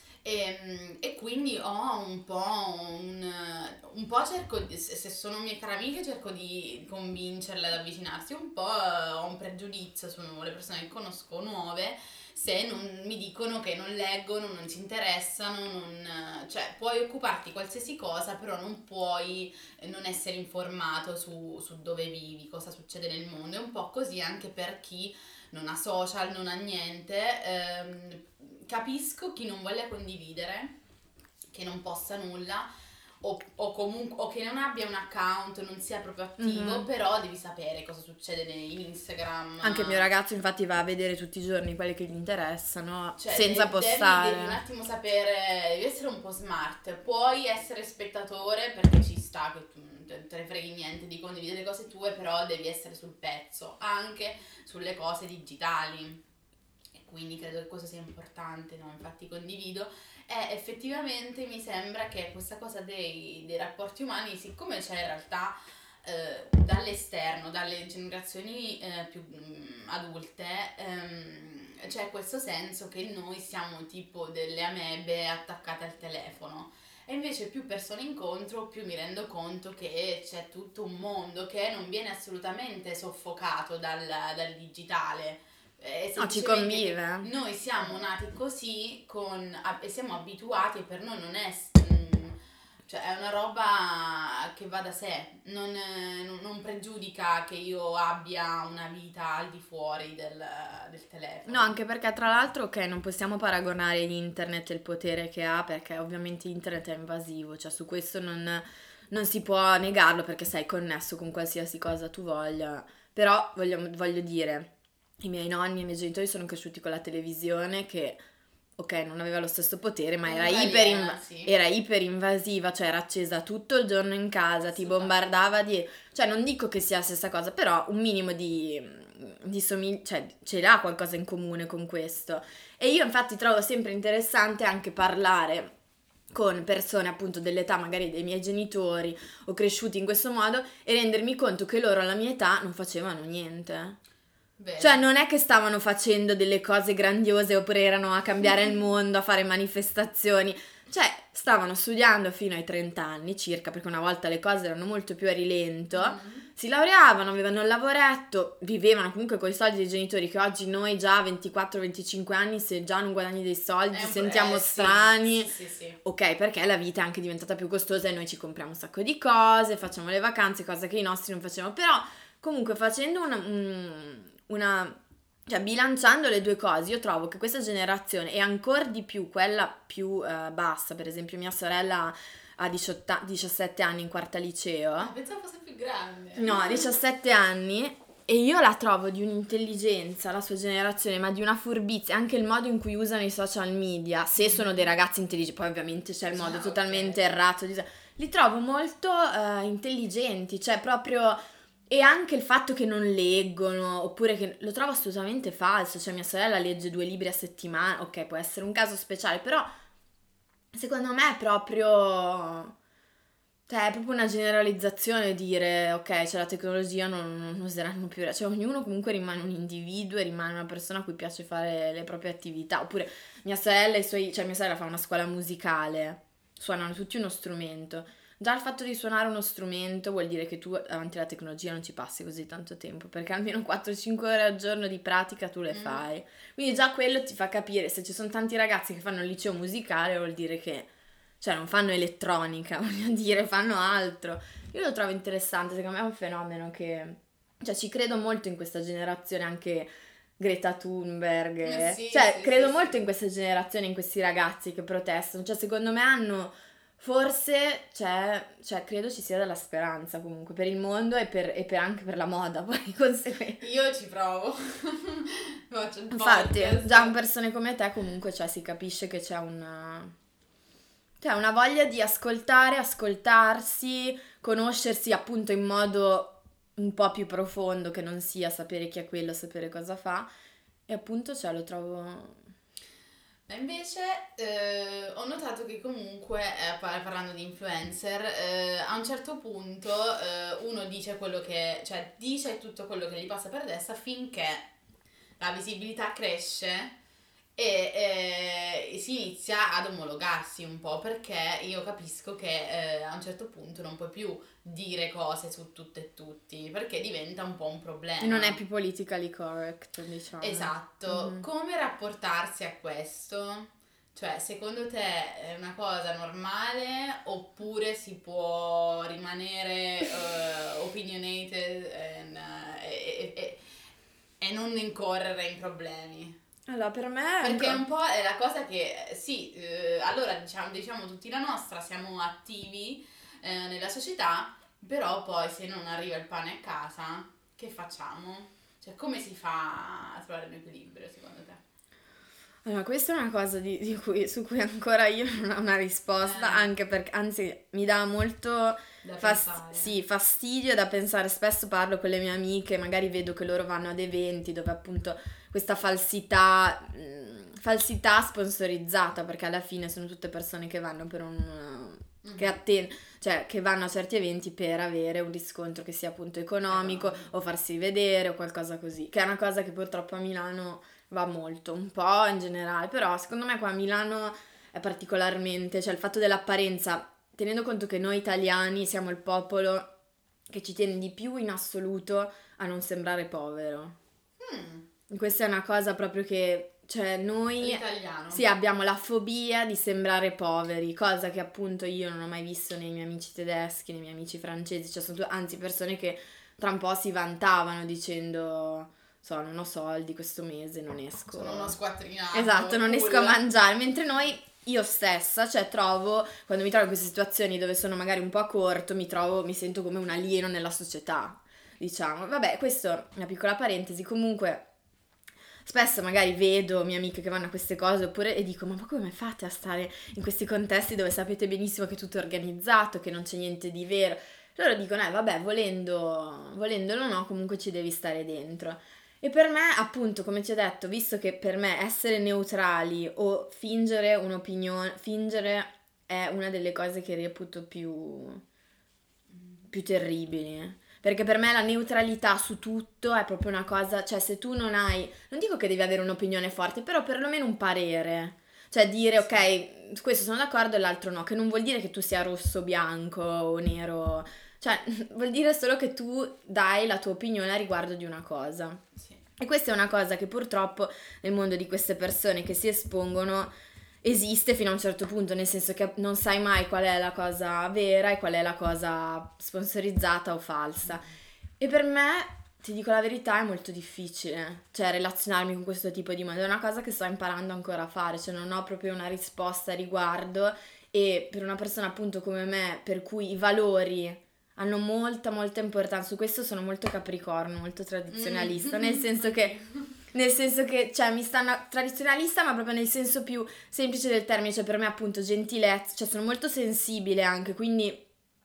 Speaker 1: E, e quindi ho un po' un, un po' cerco di, se se sono mie care amiche cerco di convincerle ad avvicinarsi, un po' eh, ho un pregiudizio sulle persone che conosco nuove se non mi dicono che non leggono, non si interessano, non, cioè puoi occuparti di qualsiasi cosa, però non puoi eh, non essere informato su, su dove vivi, cosa succede nel mondo. È un po' così anche per chi non ha social, non ha niente. Ehm, capisco chi non voglia condividere, che non possa nulla. O, o comunque o che non abbia un account, non sia proprio attivo,
Speaker 2: Mhm.
Speaker 1: però devi sapere cosa succede in Instagram.
Speaker 2: Anche il mio ragazzo infatti va a vedere tutti i giorni quelli che gli interessano,
Speaker 1: Cioè,
Speaker 2: senza
Speaker 1: de-
Speaker 2: postare.
Speaker 1: devi, devi un attimo sapere, devi essere un po' smart. Puoi essere spettatore perché ci sta che tu non te, te ne freghi niente di condividere cose tue, però devi essere sul pezzo, anche sulle cose digitali. E quindi credo che questo sia importante, no? Infatti condivido. E effettivamente mi sembra che questa cosa dei, dei rapporti umani, siccome c'è in realtà eh, dall'esterno, dalle generazioni eh, più mm, adulte, ehm, c'è questo senso che noi siamo tipo delle amebe attaccate al telefono. E invece più persone incontro, più mi rendo conto che c'è tutto un mondo che non viene assolutamente soffocato dal, dal digitale. È
Speaker 2: No, ci
Speaker 1: semplicemente che
Speaker 2: convive.
Speaker 1: noi siamo nati così con, a- e siamo abituati e per noi non è, mm, cioè è una roba che va da sé, non, eh, non- non pregiudica che io abbia una vita al di fuori del, del telefono.
Speaker 2: No, anche perché tra l'altro, ok, non possiamo paragonare internet e il potere che ha, perché ovviamente internet è invasivo, cioè su questo non, non si può negarlo perché sei connesso con qualsiasi cosa tu voglia. Però voglio, voglio dire, i miei nonni e i miei genitori sono cresciuti con la televisione che ok, non aveva lo stesso potere, ma era
Speaker 1: Comunque
Speaker 2: iper,
Speaker 1: aliena,
Speaker 2: inv-
Speaker 1: sì.
Speaker 2: era iper invasiva, cioè era accesa tutto il giorno in casa, ti bombardava di... Cioè non dico che sia la stessa cosa, però un minimo di, di somig- cioè ce l'ha qualcosa in comune con questo. E io infatti trovo sempre interessante anche parlare con persone appunto dell'età magari dei miei genitori o cresciuti in questo modo e rendermi conto che loro alla mia età non facevano niente.
Speaker 1: Vero.
Speaker 2: Cioè non è che stavano facendo delle cose grandiose oppure erano a cambiare il mondo, a fare manifestazioni. Cioè stavano studiando fino ai trenta anni circa, perché una volta le cose erano molto più a rilento.
Speaker 1: Mm.
Speaker 2: Si laureavano, avevano il lavoretto, vivevano comunque con i soldi dei genitori, che oggi noi già a ventiquattro venticinque anni, se già non guadagni dei soldi,
Speaker 1: È un po'-
Speaker 2: sentiamo
Speaker 1: eh, sì,
Speaker 2: strani.
Speaker 1: Sì, sì, sì.
Speaker 2: Ok, perché la vita è anche diventata più costosa e noi ci compriamo un sacco di cose, facciamo le vacanze, cosa che i nostri non facevano. Però comunque facendo una... un- una cioè, bilanciando le due cose, io trovo che questa generazione e ancora di più quella più eh, bassa, per esempio mia sorella ha diciotto a- diciassette anni in quarta liceo,
Speaker 1: Ah, pensavo fosse più grande.
Speaker 2: no, ha diciassette anni e io la trovo di un'intelligenza, la sua generazione, ma di una furbizia, anche il modo in cui usano i social media, se sono dei ragazzi intelligenti, poi ovviamente c'è il
Speaker 1: Ah,
Speaker 2: modo
Speaker 1: ok.
Speaker 2: totalmente errato, di... li trovo molto eh, intelligenti, cioè proprio... E anche il fatto che non leggono, oppure che lo trovo assolutamente falso, cioè mia sorella legge due libri a settimana, ok, può essere un caso speciale, però secondo me è proprio, cioè è proprio una generalizzazione dire, ok, c'è la tecnologia, non, non useranno più, cioè ognuno comunque rimane un individuo e rimane una persona a cui piace fare le proprie attività, oppure mia sorella e i suoi, cioè mia sorella fa una scuola musicale, suonano tutti uno strumento. Già il fatto di suonare uno strumento vuol dire che tu davanti alla tecnologia non ci passi così tanto tempo, perché almeno quattro cinque ore al giorno di pratica tu le
Speaker 1: Mm.
Speaker 2: fai. Quindi già quello ti fa capire, se ci sono tanti ragazzi che fanno il liceo musicale, vuol dire che, cioè non fanno elettronica, voglio dire, fanno altro. Io lo trovo interessante, secondo me è un fenomeno che, cioè ci credo molto in questa generazione anche Greta Thunberg,
Speaker 1: Eh sì,
Speaker 2: cioè
Speaker 1: sì,
Speaker 2: credo
Speaker 1: sì,
Speaker 2: molto
Speaker 1: sì.
Speaker 2: in questa generazione, in questi ragazzi che protestano, cioè secondo me hanno... Forse c'è, cioè credo ci sia della speranza comunque per il mondo e, per, e per anche per la moda, poi di conseguenza.
Speaker 1: Io ci provo. Faccio il
Speaker 2: Infatti,
Speaker 1: podcast.
Speaker 2: già con persone come te comunque cioè, si capisce che c'è una, cioè, una voglia di ascoltare, ascoltarsi, conoscersi appunto in modo un po' più profondo, che non sia sapere chi è quello, sapere cosa fa. E appunto cioè, lo trovo...
Speaker 1: Ma invece eh, ho notato che comunque, eh, par- parlando di influencer, eh, a un certo punto eh, uno dice quello che, cioè dice tutto quello che gli passa per testa finché la visibilità cresce e eh, si inizia ad omologarsi un po' perché io capisco che eh, a un certo punto non puoi più dire cose su tutte e tutti perché diventa un po' un problema.
Speaker 2: E non è più politically correct, diciamo.
Speaker 1: Esatto,
Speaker 2: Mhm.
Speaker 1: come rapportarsi a questo? Cioè, secondo te è una cosa normale oppure si può rimanere eh, opinionated and, eh, e, e- e non incorrere in problemi?
Speaker 2: Allora, per me...
Speaker 1: Perché un po' è la cosa che, eh, sì, eh, allora diciamo, diciamo tutti la nostra, siamo attivi eh, nella società, però poi se non arriva il pane a casa, che facciamo? Cioè, come si fa a trovare un equilibrio secondo te?
Speaker 2: Allora, questa è una cosa di, di cui, su cui ancora io non ho una risposta,
Speaker 1: Eh.
Speaker 2: anche perché, anzi, mi dà molto
Speaker 1: Da
Speaker 2: fas-
Speaker 1: pensare.
Speaker 2: sì, fastidio da pensare. Spesso parlo con le mie amiche, magari vedo che loro vanno ad eventi dove appunto questa falsità, mh, falsità sponsorizzata, perché alla fine sono tutte persone che vanno per un... che
Speaker 1: Mhm.
Speaker 2: atten- cioè che vanno a certi eventi per avere un riscontro che sia appunto economico
Speaker 1: Economico.
Speaker 2: o farsi vedere o qualcosa così, che è una cosa che purtroppo a Milano va molto, un po' in generale, però secondo me qua a Milano è particolarmente, cioè il fatto dell'apparenza, tenendo conto che noi italiani siamo il popolo che ci tiene di più in assoluto a non sembrare povero.
Speaker 1: Mm,
Speaker 2: Questa è una cosa proprio che, cioè noi
Speaker 1: l'italiano.
Speaker 2: sì, abbiamo la fobia di sembrare poveri, cosa che appunto io non ho mai visto nei miei amici tedeschi, nei miei amici francesi, cioè sono tu- anzi persone che tra un po' si vantavano dicendo, so, non ho soldi questo mese, non esco.
Speaker 1: Sono uno squattrinato.
Speaker 2: Esatto, non
Speaker 1: cool.
Speaker 2: esco a mangiare, mentre noi, io stessa, cioè trovo, quando mi trovo in queste situazioni dove sono magari un po' a corto, mi trovo, mi sento come un alieno nella società, diciamo. Vabbè, questo è una piccola parentesi, comunque... spesso magari vedo mie amiche che vanno a queste cose oppure e dico, ma come fate a stare in questi contesti dove sapete benissimo che tutto è organizzato, che non c'è niente di vero? Loro dicono, eh vabbè, volendo, volendolo o no, comunque ci devi stare dentro. E per me, appunto, come ti ho detto, visto che per me essere neutrali o fingere un'opinione, fingere è una delle cose che reputo più, più terribili. Perché per me la neutralità su tutto è proprio una cosa, cioè se tu non hai, non dico che devi avere un'opinione forte, però perlomeno un parere. Cioè dire, ok, su questo sono d'accordo e l'altro no, che non vuol dire che tu sia rosso, bianco o nero. Cioè, vuol dire solo che tu dai la tua opinione a riguardo di una cosa.
Speaker 1: Sì.
Speaker 2: E questa è una cosa che purtroppo nel mondo di queste persone che si espongono esiste fino a un certo punto, nel senso che non sai mai qual è la cosa vera e qual è la cosa sponsorizzata o falsa. E per me, ti dico la verità, è molto difficile, cioè relazionarmi con questo tipo di mondo. È una cosa che sto imparando ancora a fare, cioè non ho proprio una risposta a riguardo e per una persona appunto come me, per cui i valori hanno molta molta importanza, su questo sono molto capricorno, molto tradizionalista,
Speaker 1: Mm.
Speaker 2: nel senso che nel senso che, cioè, mi stanno tradizionalista, ma proprio nel senso più semplice del termine, cioè per me appunto gentilezza, cioè sono molto sensibile anche, quindi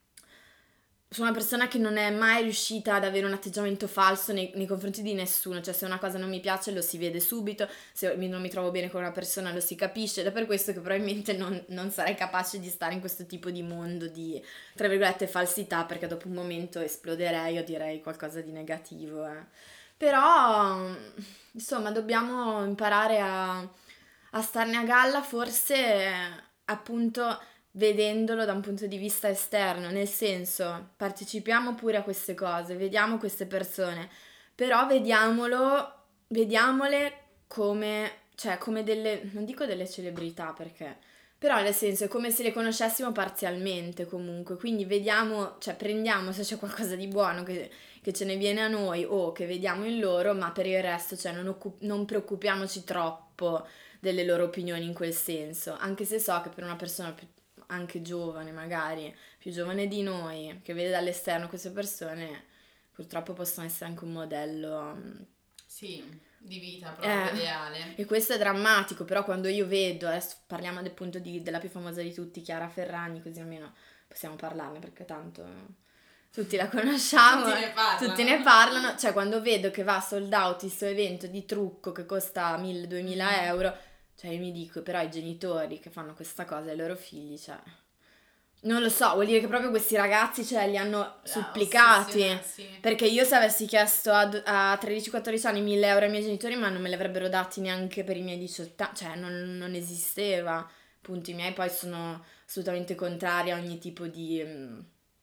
Speaker 2: sono una persona che non è mai riuscita ad avere un atteggiamento falso nei, nei confronti di nessuno, cioè se una cosa non mi piace lo si vede subito, se mi- non mi trovo bene con una persona lo si capisce, ed è per questo che probabilmente non, non sarei capace di stare in questo tipo di mondo di, tra virgolette, falsità, perché dopo un momento esploderei o direi qualcosa di negativo, eh. Però, insomma, dobbiamo imparare a, a starne a galla, forse appunto vedendolo da un punto di vista esterno, nel senso, partecipiamo pure a queste cose, vediamo queste persone, però vediamolo, vediamole come, cioè come delle, non dico delle celebrità perché, però nel senso è come se le conoscessimo parzialmente comunque, quindi vediamo, cioè prendiamo se c'è qualcosa di buono che, che ce ne viene a noi o che vediamo in loro, ma per il resto, cioè non, occup- non preoccupiamoci troppo delle loro opinioni in quel senso, anche se so che per una persona più anche giovane magari, più giovane di noi, che vede dall'esterno queste persone, purtroppo possono essere anche un modello.
Speaker 1: Sì, di vita proprio
Speaker 2: Eh,
Speaker 1: ideale.
Speaker 2: e questo è drammatico, però quando io vedo, adesso parliamo appunto di, della più famosa di tutti, Chiara Ferragni, così almeno possiamo parlarne perché tanto tutti la conosciamo,
Speaker 1: Tutti ne parlano.
Speaker 2: tutti ne parlano, cioè quando vedo che va sold out il suo evento di trucco che costa mille-duemila
Speaker 1: Mm.
Speaker 2: euro, cioè io mi dico, però i genitori che fanno questa cosa ai loro figli, cioè, non lo so, vuol dire che proprio questi ragazzi, cioè, li hanno
Speaker 1: La
Speaker 2: supplicati.
Speaker 1: ossessione, sì.
Speaker 2: Perché io se avessi chiesto a, a tredici quattordici anni mille euro ai miei genitori, ma non me li avrebbero dati neanche per i miei diciotto anni, cioè non, non esisteva. Appunto, i miei poi sono assolutamente contrari a ogni tipo di, mm,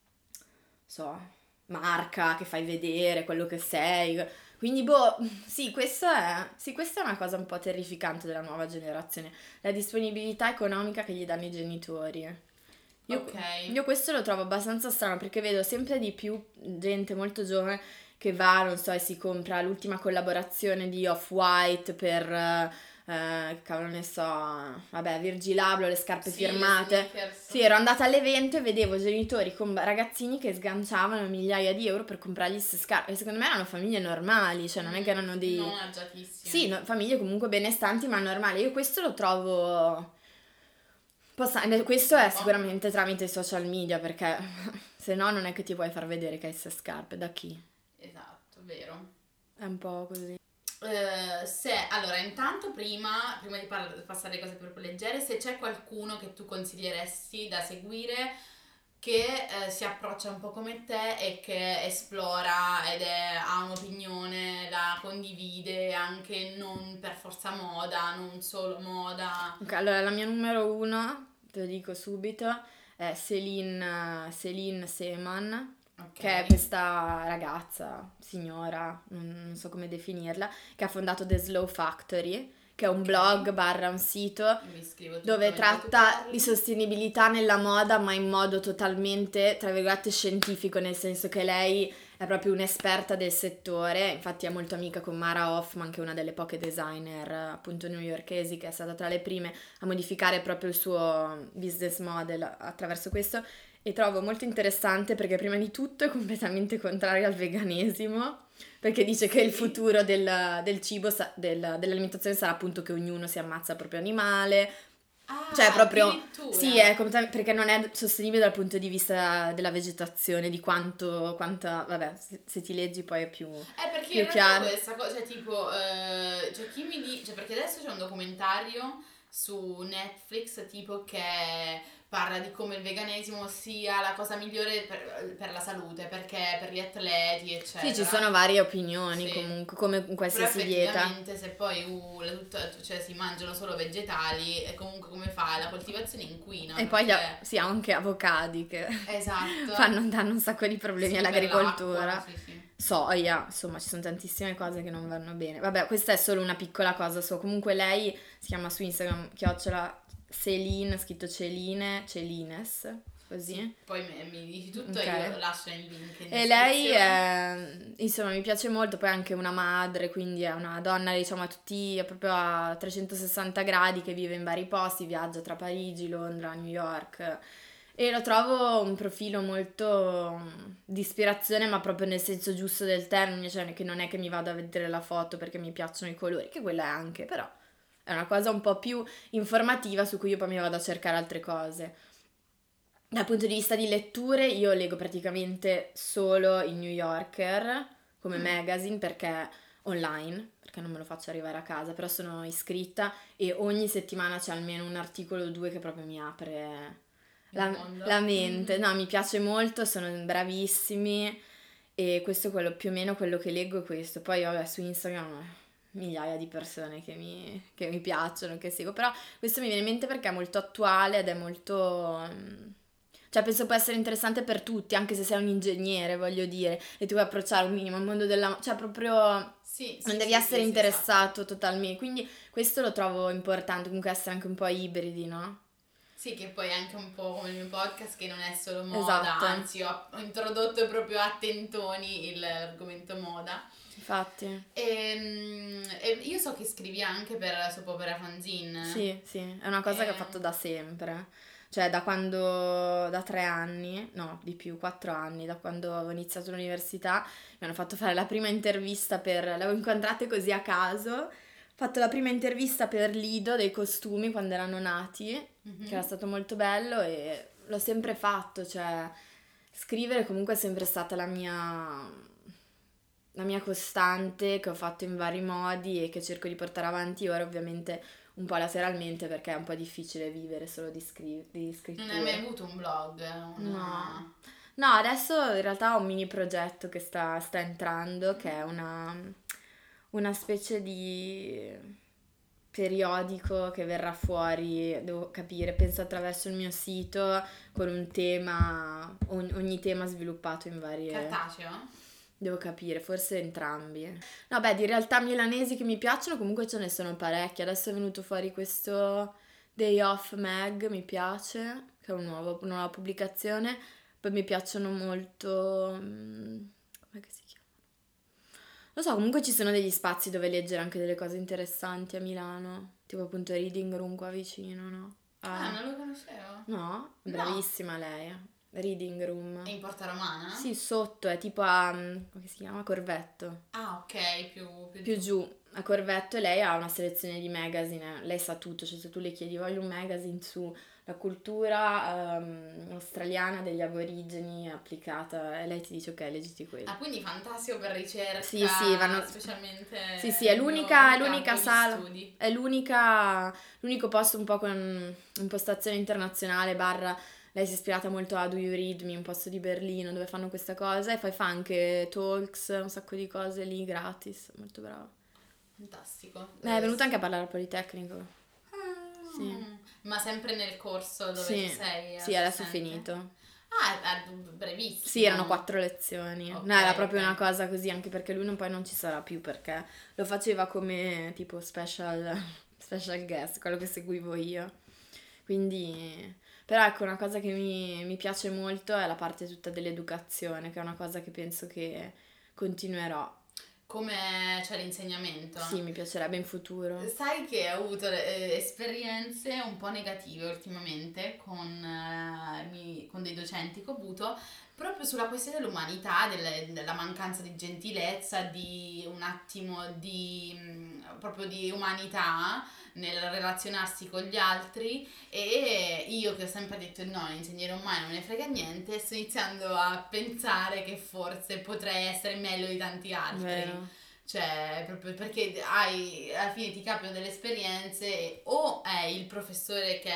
Speaker 2: so, marca che fai vedere, quello che sei. Quindi, boh, sì, questo è, sì, questa è una cosa un po' terrificante della nuova generazione, la disponibilità economica che gli danno i genitori. Io,
Speaker 1: Ok.
Speaker 2: io questo lo trovo abbastanza strano perché vedo sempre di più gente molto giovane che va, non so, e si compra l'ultima collaborazione di Off-White per, eh, eh, cavolo ne so, vabbè, Virgil Abloh, le scarpe
Speaker 1: Sì, le
Speaker 2: firmate.
Speaker 1: sneakers.
Speaker 2: Sì, ero andata all'evento e vedevo genitori con ragazzini che sganciavano migliaia di euro per comprargli queste scarpe. E secondo me erano famiglie normali, cioè non è che erano dei...
Speaker 1: Non agiatissime.
Speaker 2: Sì, no- famiglie comunque benestanti ma normali. Io questo lo trovo... Possa- eh, questo è
Speaker 1: Un po'.
Speaker 2: sicuramente tramite i social media perché se no non è che ti puoi far vedere che hai queste scarpe, da chi?
Speaker 1: Esatto, vero.
Speaker 2: È un po' così.
Speaker 1: Eh, se allora intanto prima prima di par- passare alle cose più leggere, se c'è qualcuno che tu consiglieresti da seguire che eh, si approccia un po' come te e che esplora ed è, ha un'opinione, la condivide anche non per forza moda, non solo moda.
Speaker 2: Ok, allora la mia numero uno, te lo dico subito, è Celine, Celine Seman,
Speaker 1: Ok.
Speaker 2: che è questa ragazza, signora, non, non so come definirla, che ha fondato The Slow Factory, che è un
Speaker 1: Ok.
Speaker 2: blog barra un sito
Speaker 1: Mi scrivo tutto
Speaker 2: dove
Speaker 1: mentre tu
Speaker 2: tratta
Speaker 1: parli.
Speaker 2: di sostenibilità nella moda, ma in modo totalmente, tra virgolette, scientifico, nel senso che lei è proprio un'esperta del settore, infatti è molto amica con Mara Hoffman, che è una delle poche designer appunto newyorkesi, che è stata tra le prime a modificare proprio il suo business model attraverso questo, e trovo molto interessante perché prima di tutto è completamente contraria al veganesimo. Perché dice che il
Speaker 1: Sì.
Speaker 2: futuro del, del cibo, sa- del- dell'alimentazione sarà appunto che ognuno si ammazza il proprio animale.
Speaker 1: Ah,
Speaker 2: Cioè, proprio,
Speaker 1: addirittura.
Speaker 2: sì, è completamente, perché non è sostenibile dal punto di vista della vegetazione, di quanto, quanta, vabbè, se, se ti leggi poi è più,
Speaker 1: Eh, perché in
Speaker 2: più
Speaker 1: realtà
Speaker 2: chiaro.
Speaker 1: questa cosa, cioè tipo, eh, cioè chi mi dice, cioè perché adesso c'è un documentario su Netflix tipo che parla di come il veganesimo sia la cosa migliore per, per la salute, perché per gli atleti,
Speaker 2: Sì, ci
Speaker 1: eccetera.
Speaker 2: sono varie opinioni
Speaker 1: Sì.
Speaker 2: comunque, come in
Speaker 1: Però
Speaker 2: qualsiasi dieta.
Speaker 1: effettivamente se poi uh, la tutta- cioè, si mangiano solo vegetali, e comunque come fai? La coltivazione inquina
Speaker 2: E poi gli a-
Speaker 1: perché...
Speaker 2: sì, anche avocadi che
Speaker 1: Esatto.
Speaker 2: fanno, danno un sacco di problemi
Speaker 1: Sì, per l'acqua,
Speaker 2: all'agricoltura.
Speaker 1: sì, sì.
Speaker 2: Soia, insomma, ci sono tantissime cose che non vanno bene. Vabbè, questa è solo una piccola cosa sua. Comunque lei si chiama su Instagram chiocciola Celine, scritto Celine, Celines, così.
Speaker 1: Sì, poi mi, mi dici tutto
Speaker 2: Ok.
Speaker 1: e io lascio il link in
Speaker 2: E lei
Speaker 1: descrizione.
Speaker 2: è, insomma, mi piace molto, poi è anche una madre, quindi è una donna, diciamo, a tutti, è proprio a trecentosessanta gradi, che vive in vari posti, viaggia tra Parigi, Londra, New York. E lo trovo un profilo molto mm, di ispirazione, ma proprio nel senso giusto del termine, cioè che non è che mi vado a vedere la foto perché mi piacciono i colori, che quella è anche, però è una cosa un po' più informativa su cui io poi mi vado a cercare altre cose. Dal punto di vista di letture, io leggo praticamente solo il New Yorker come
Speaker 1: Mm.
Speaker 2: magazine perché online, perché non me lo faccio arrivare a casa, però sono iscritta e ogni settimana c'è almeno un articolo o due che proprio mi apre
Speaker 1: Il
Speaker 2: la,
Speaker 1: mondo.
Speaker 2: la mente.
Speaker 1: Mhm.
Speaker 2: No, mi piace molto, sono bravissimi e questo è quello, più o meno quello che leggo è questo. Poi vabbè, su Instagram migliaia di persone che mi, che mi piacciono, che seguo, però questo mi viene in mente perché è molto attuale ed è molto... mm, cioè penso può essere interessante per tutti, anche se sei un ingegnere, voglio dire, e tu vuoi approcciare un minimo al mondo della... cioè proprio
Speaker 1: Sì,
Speaker 2: non
Speaker 1: sì,
Speaker 2: devi
Speaker 1: sì,
Speaker 2: essere
Speaker 1: sì, sì,
Speaker 2: interessato
Speaker 1: esatto.
Speaker 2: totalmente, quindi questo lo trovo importante, comunque essere anche un po' ibridi, no?
Speaker 1: Sì, che poi è anche un po' come il mio podcast che non è solo moda,
Speaker 2: Esatto,
Speaker 1: anzi ho, ho introdotto proprio a tentoni il- l'argomento moda.
Speaker 2: infatti.
Speaker 1: E, e io so che scrivi anche per Soap Opera Fanzine.
Speaker 2: Sì, sì, è una cosa che ho fatto
Speaker 1: E-
Speaker 2: da sempre, cioè da quando, da tre anni, no, di più, quattro anni, da quando avevo iniziato l'università, mi hanno fatto fare la prima intervista per, le avevo incontrate così a caso, ho fatto la prima intervista per Lido dei costumi quando erano nati, che era
Speaker 1: Mhm.
Speaker 2: stato molto bello e l'ho sempre fatto, cioè scrivere comunque è sempre stata la mia, la mia costante che ho fatto in vari modi e che cerco di portare avanti ora ovviamente un po' lateralmente perché è un po' difficile vivere solo di, scri- di
Speaker 1: Non hai mai
Speaker 2: scrittura.
Speaker 1: avuto un blog?
Speaker 2: No.
Speaker 1: Una...
Speaker 2: No, adesso in realtà ho un mini progetto che sta, sta entrando, che è una, una specie di periodico che verrà fuori, devo capire, penso attraverso il mio sito, con un tema, ogni, ogni tema sviluppato in varie...
Speaker 1: Cartaceo?
Speaker 2: Devo capire, forse entrambi. No, beh, di realtà milanesi che mi piacciono comunque ce ne sono parecchi. Adesso è venuto fuori questo Day Off Mag, mi piace, che è un nuovo- una nuova pubblicazione. Poi mi piacciono molto... mm, come si chiama? Lo so, comunque ci sono degli spazi dove leggere anche delle cose interessanti a Milano. Tipo appunto Reading Room qua vicino, no?
Speaker 1: Ah,
Speaker 2: Ah,
Speaker 1: non lo conoscevo.
Speaker 2: no?
Speaker 1: No.
Speaker 2: Bravissima lei. Reading
Speaker 1: È
Speaker 2: Room.
Speaker 1: in Porta Romana?
Speaker 2: Sì, sotto, è tipo a... mm, come si chiama? Corvetto.
Speaker 1: Ah, ok, più, più
Speaker 2: Più
Speaker 1: giù.
Speaker 2: giù, a Corvetto, e lei ha una selezione di magazine, lei sa tutto, cioè se tu le chiedi voglio un magazine sulla cultura ehm, australiana degli aborigeni applicata, e lei ti dice ok, leggiti quello.
Speaker 1: Ah, quindi fantastico per
Speaker 2: Sì, sì,
Speaker 1: ricerca,
Speaker 2: vanno...
Speaker 1: specialmente
Speaker 2: Sì, sì, è
Speaker 1: nel mio
Speaker 2: l'unica, è l'unica
Speaker 1: campo di
Speaker 2: sala,
Speaker 1: studi.
Speaker 2: è l'unica, l'unico posto un po' con impostazione internazionale, barra, lei si è ispirata molto a Do You Read Me, un posto di Berlino dove fanno questa cosa, e poi fa anche talks, un sacco di cose lì gratis, molto brava.
Speaker 1: Fantastico.
Speaker 2: Eh, è
Speaker 1: Eh,
Speaker 2: venuta
Speaker 1: s-
Speaker 2: anche a parlare al Politecnico. Sì.
Speaker 1: Mm, ma sempre nel corso dove tu
Speaker 2: Sì,
Speaker 1: sei
Speaker 2: sì, adesso ho
Speaker 1: assistente?
Speaker 2: finito.
Speaker 1: Ah, è, è
Speaker 2: Sì, erano
Speaker 1: brevissimo.
Speaker 2: quattro lezioni.
Speaker 1: Ok,
Speaker 2: No, era proprio una
Speaker 1: ok.
Speaker 2: cosa così, anche perché lui non, poi non ci sarà più, perché lo faceva come tipo special, special guest, quello che seguivo io. Quindi, però ecco, una cosa che mi, mi piace molto è la parte tutta dell'educazione, che è una cosa che penso che continuerò.
Speaker 1: Come c'è l'insegnamento?
Speaker 2: Sì, mi piacerebbe in futuro.
Speaker 1: Sai che ho avuto eh, esperienze un po' negative ultimamente con, eh, mi- con dei docenti che ho avuto proprio sulla questione dell'umanità, delle- della mancanza di gentilezza, di un attimo di mh, proprio di umanità nel relazionarsi con gli altri. E io che ho sempre detto no, non insegnerò mai, non ne frega niente, sto iniziando a pensare che forse potrei essere meglio di tanti altri.
Speaker 2: Vero.
Speaker 1: Cioè, proprio perché hai, alla fine ti capitano delle esperienze e o è il professore che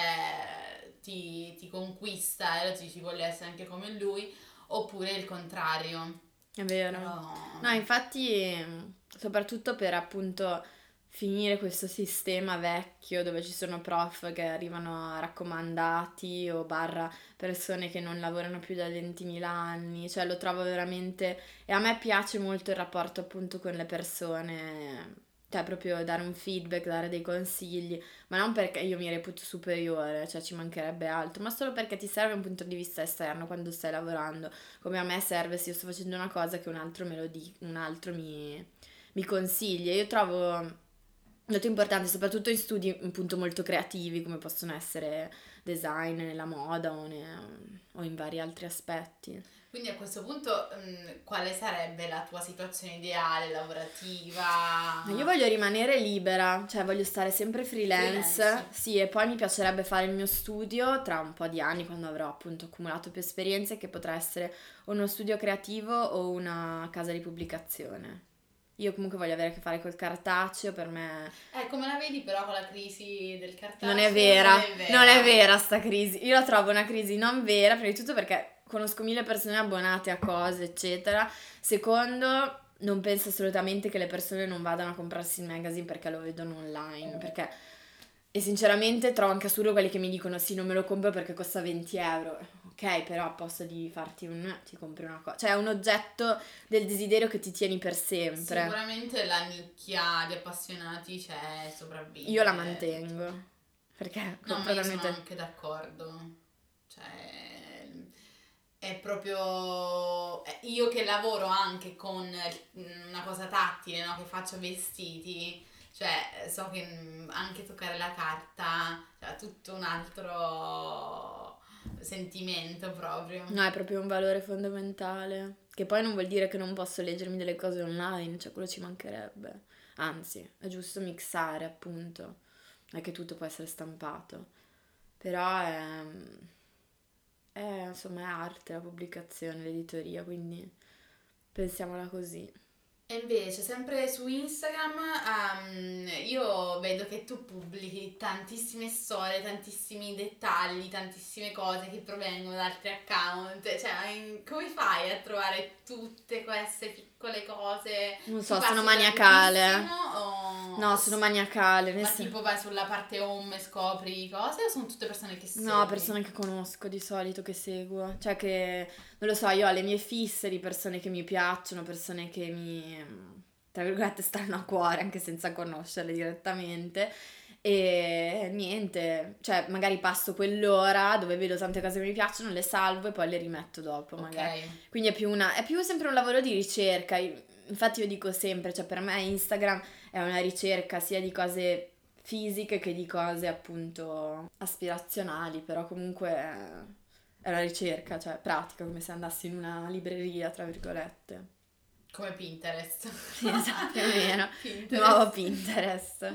Speaker 1: ti, ti conquista e ti dici voglio essere anche come lui, oppure il contrario.
Speaker 2: È vero.
Speaker 1: Però...
Speaker 2: No, infatti, soprattutto per appunto finire questo sistema vecchio dove ci sono prof che arrivano raccomandati o barra persone che non lavorano più da ventimila anni, cioè lo trovo veramente... E a me piace molto il rapporto appunto con le persone, cioè proprio dare un feedback, dare dei consigli, ma non perché io mi reputo superiore, cioè ci mancherebbe altro, ma solo perché ti serve un punto di vista esterno quando stai lavorando, come a me serve se io sto facendo una cosa che un altro me lo di, un altro mi, mi consiglia. Io trovo molto importante, soprattutto in studi appunto molto creativi come possono essere design, nella moda o, ne- o in vari altri aspetti.
Speaker 1: Quindi a questo punto mh, quale sarebbe la tua situazione ideale lavorativa?
Speaker 2: Ma io voglio rimanere libera, cioè voglio stare sempre freelance,
Speaker 1: Freelance.
Speaker 2: sì, e poi mi piacerebbe fare il mio studio tra un po' di anni, quando avrò appunto accumulato più esperienze, che potrà essere uno studio creativo o una casa di pubblicazione. Io comunque voglio avere a che fare col cartaceo, per me
Speaker 1: Eh, come la vedi però con la crisi del cartaceo?
Speaker 2: non è vera,
Speaker 1: Non è vera.
Speaker 2: non è vera sta crisi. Io la trovo una crisi non vera, prima di tutto perché conosco mille persone abbonate a cose, eccetera. Secondo, non penso assolutamente che le persone non vadano a comprarsi il magazine perché lo vedono online, perché... E sinceramente trovo anche assurdo quelli che mi dicono sì, non me lo compro perché costa venti euro. Ok, però a posto di farti un... ti compri una cosa. Cioè è un oggetto del desiderio che ti tieni per sempre.
Speaker 1: Sicuramente la nicchia di appassionati c'è, sopravvive.
Speaker 2: Io la mantengo. Perché
Speaker 1: No, ma io sono
Speaker 2: completamente...
Speaker 1: anche d'accordo. Cioè, è proprio... eh, Io che lavoro anche con mm, una cosa tattile, no? Che faccio vestiti, cioè so che mm, anche toccare la carta, cioè, ha tutto un altro sentimento proprio.
Speaker 2: No, è proprio un valore fondamentale. Che poi non vuol dire che non posso leggermi delle cose online, cioè quello ci mancherebbe. Anzi, è giusto mixare, appunto. Non è che tutto può essere stampato. Però è, è, insomma, è arte la pubblicazione, l'editoria, quindi pensiamola così.
Speaker 1: E invece, sempre su Instagram, ehm, io vedo che tu pubblichi tantissime storie, tantissimi dettagli, tantissime cose che provengono da altri account. Cioè, in- come fai a trovare tutte queste piccole cose?
Speaker 2: Non
Speaker 1: Tu
Speaker 2: so,
Speaker 1: passi
Speaker 2: sono maniacale.
Speaker 1: tantissimo o...
Speaker 2: No, sono maniacale. nel
Speaker 1: Ma
Speaker 2: sen-
Speaker 1: tipo vai sulla parte home e scopri cose o sono tutte persone che segui?
Speaker 2: No, persone che conosco di solito, che seguo. Cioè che, non lo so, io ho le mie fisse di persone che mi piacciono, persone che mi, tra virgolette, stanno a cuore, anche senza conoscerle direttamente. E niente, cioè magari passo quell'ora dove vedo tante cose che mi piacciono, le salvo e poi le rimetto dopo, magari.
Speaker 1: Ok.
Speaker 2: Quindi è più una, è più sempre un lavoro di ricerca. Io- Infatti io dico sempre, cioè per me Instagram è una ricerca sia di cose fisiche che di cose appunto aspirazionali, però comunque è è una ricerca, cioè pratica, come se andassi in una libreria, tra virgolette.
Speaker 1: Come Pinterest.
Speaker 2: Sì, esatto, più o meno.
Speaker 1: Pinterest.
Speaker 2: Nuovo Pinterest.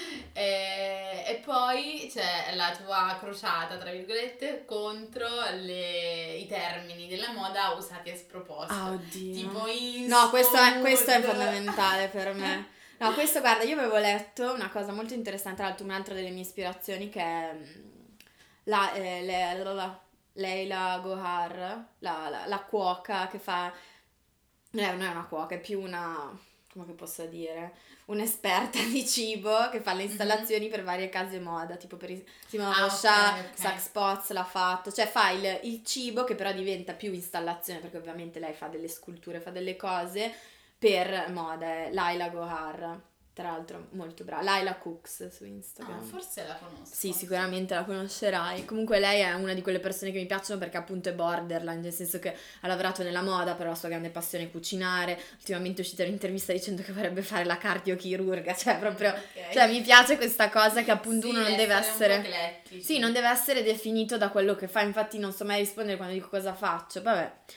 Speaker 1: E, e poi c'è la tua crociata, tra virgolette, contro le- i termini della moda usati a sproposito.
Speaker 2: Ah, oddio.
Speaker 1: Tipo in
Speaker 2: No, questo è, questo è
Speaker 1: sud.
Speaker 2: fondamentale per me. No, questo, guarda, io avevo letto una cosa molto interessante, tra l'altro un'altra delle mie ispirazioni che è mm, la, eh, le- la- la- Leila Gohar, la, la, la cuoca che fa... Non è, non è una cuoca, è più una... come che posso dire? Un'esperta di cibo che fa le installazioni per varie case moda, tipo per i- Simone
Speaker 1: Ah,
Speaker 2: Rocha,
Speaker 1: ok, ok.
Speaker 2: Saks Potts l'ha fatto, cioè fa il, il cibo che però diventa più installazione, perché ovviamente lei fa delle sculture, fa delle cose per moda, è Laila Gohar, tra l'altro molto brava, Laila Cooks su Instagram.
Speaker 1: Ah, forse la conosco.
Speaker 2: Sì, sicuramente la conoscerai. Comunque lei è una di quelle persone che mi piacciono perché appunto è borderline, nel senso che ha lavorato nella moda, però la sua grande passione è cucinare. Ultimamente è uscita un'intervista dicendo che vorrebbe fare la cardiochirurga, cioè proprio...
Speaker 1: Ok.
Speaker 2: Cioè mi piace questa cosa che appunto
Speaker 1: Sì,
Speaker 2: uno non deve essere...
Speaker 1: un po' eclettici.
Speaker 2: Sì, non deve essere definito da quello che fa, infatti non so mai rispondere quando dico cosa faccio, vabbè.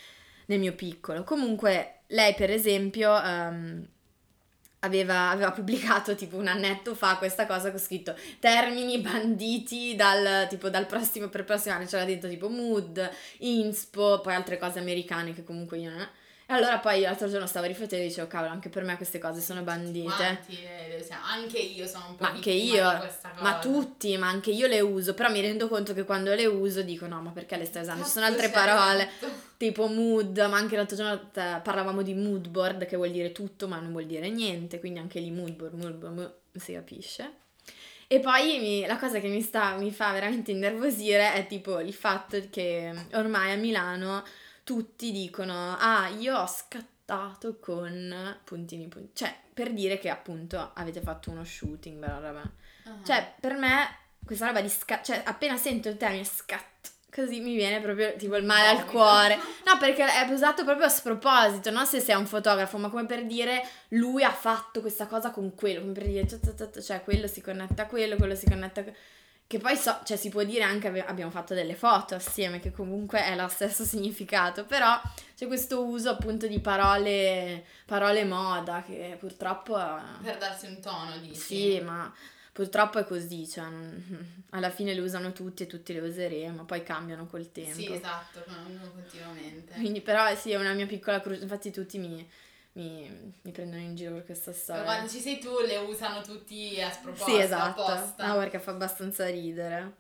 Speaker 2: nel mio piccolo. Comunque lei per esempio um, aveva, aveva pubblicato tipo un annetto fa questa cosa con scritto termini banditi dal, tipo, dal prossimo per il prossimo anno, c'era dentro tipo Mood, Inspo, poi altre cose americane che comunque io non ho. E allora poi l'altro giorno stavo riflettendo e dicevo, cavolo, anche per me queste cose sono bandite.
Speaker 1: Quanti, eh, anche io sono un po'
Speaker 2: Ma anche
Speaker 1: vittima
Speaker 2: io,
Speaker 1: di questa cosa.
Speaker 2: ma tutti, ma anche io le uso, però mi rendo conto che quando le uso dico no, ma perché le stai usando? Ci sono
Speaker 1: Cazzo,
Speaker 2: altre
Speaker 1: cioè,
Speaker 2: parole,
Speaker 1: esatto.
Speaker 2: tipo mood, ma anche l'altro giorno eh, parlavamo di mood board, che vuol dire tutto, ma non vuol dire niente, quindi anche lì mood board, mood board, mood, si capisce. E poi mi- la cosa che mi sta, mi fa veramente innervosire è tipo il fatto che ormai a Milano tutti dicono, ah, io ho scattato con puntini puntini, cioè per dire che appunto avete fatto uno shooting, bla bla bla.
Speaker 1: Uh-huh.
Speaker 2: Cioè per me questa roba di scat, cioè appena sento il termine scat, così mi viene proprio tipo il male al cuore. No, perché è usato proprio a sproposito, non se sei un fotografo, ma come per dire lui ha fatto questa cosa con quello, come per dire, cioè quello si connette a quello, quello si connette a quello. Che poi so, cioè si può dire anche ave- abbiamo fatto delle foto assieme, che comunque è lo stesso significato, però c'è questo uso appunto di parole, parole moda che purtroppo...
Speaker 1: Per darsi un tono, dici?
Speaker 2: Sì, ma purtroppo è così, cioè non- alla fine le usano tutti e tutti le useremo, poi cambiano col tempo.
Speaker 1: Sì, esatto, cambiano continuamente.
Speaker 2: Quindi però sì, è una mia piccola cruce, infatti tutti mi, mi, mi prendono in giro per questa storia.
Speaker 1: Ma quando ci sei tu le usano tutti a sproposito,
Speaker 2: Sì, esatto,
Speaker 1: apposta.
Speaker 2: no, perché fa abbastanza ridere.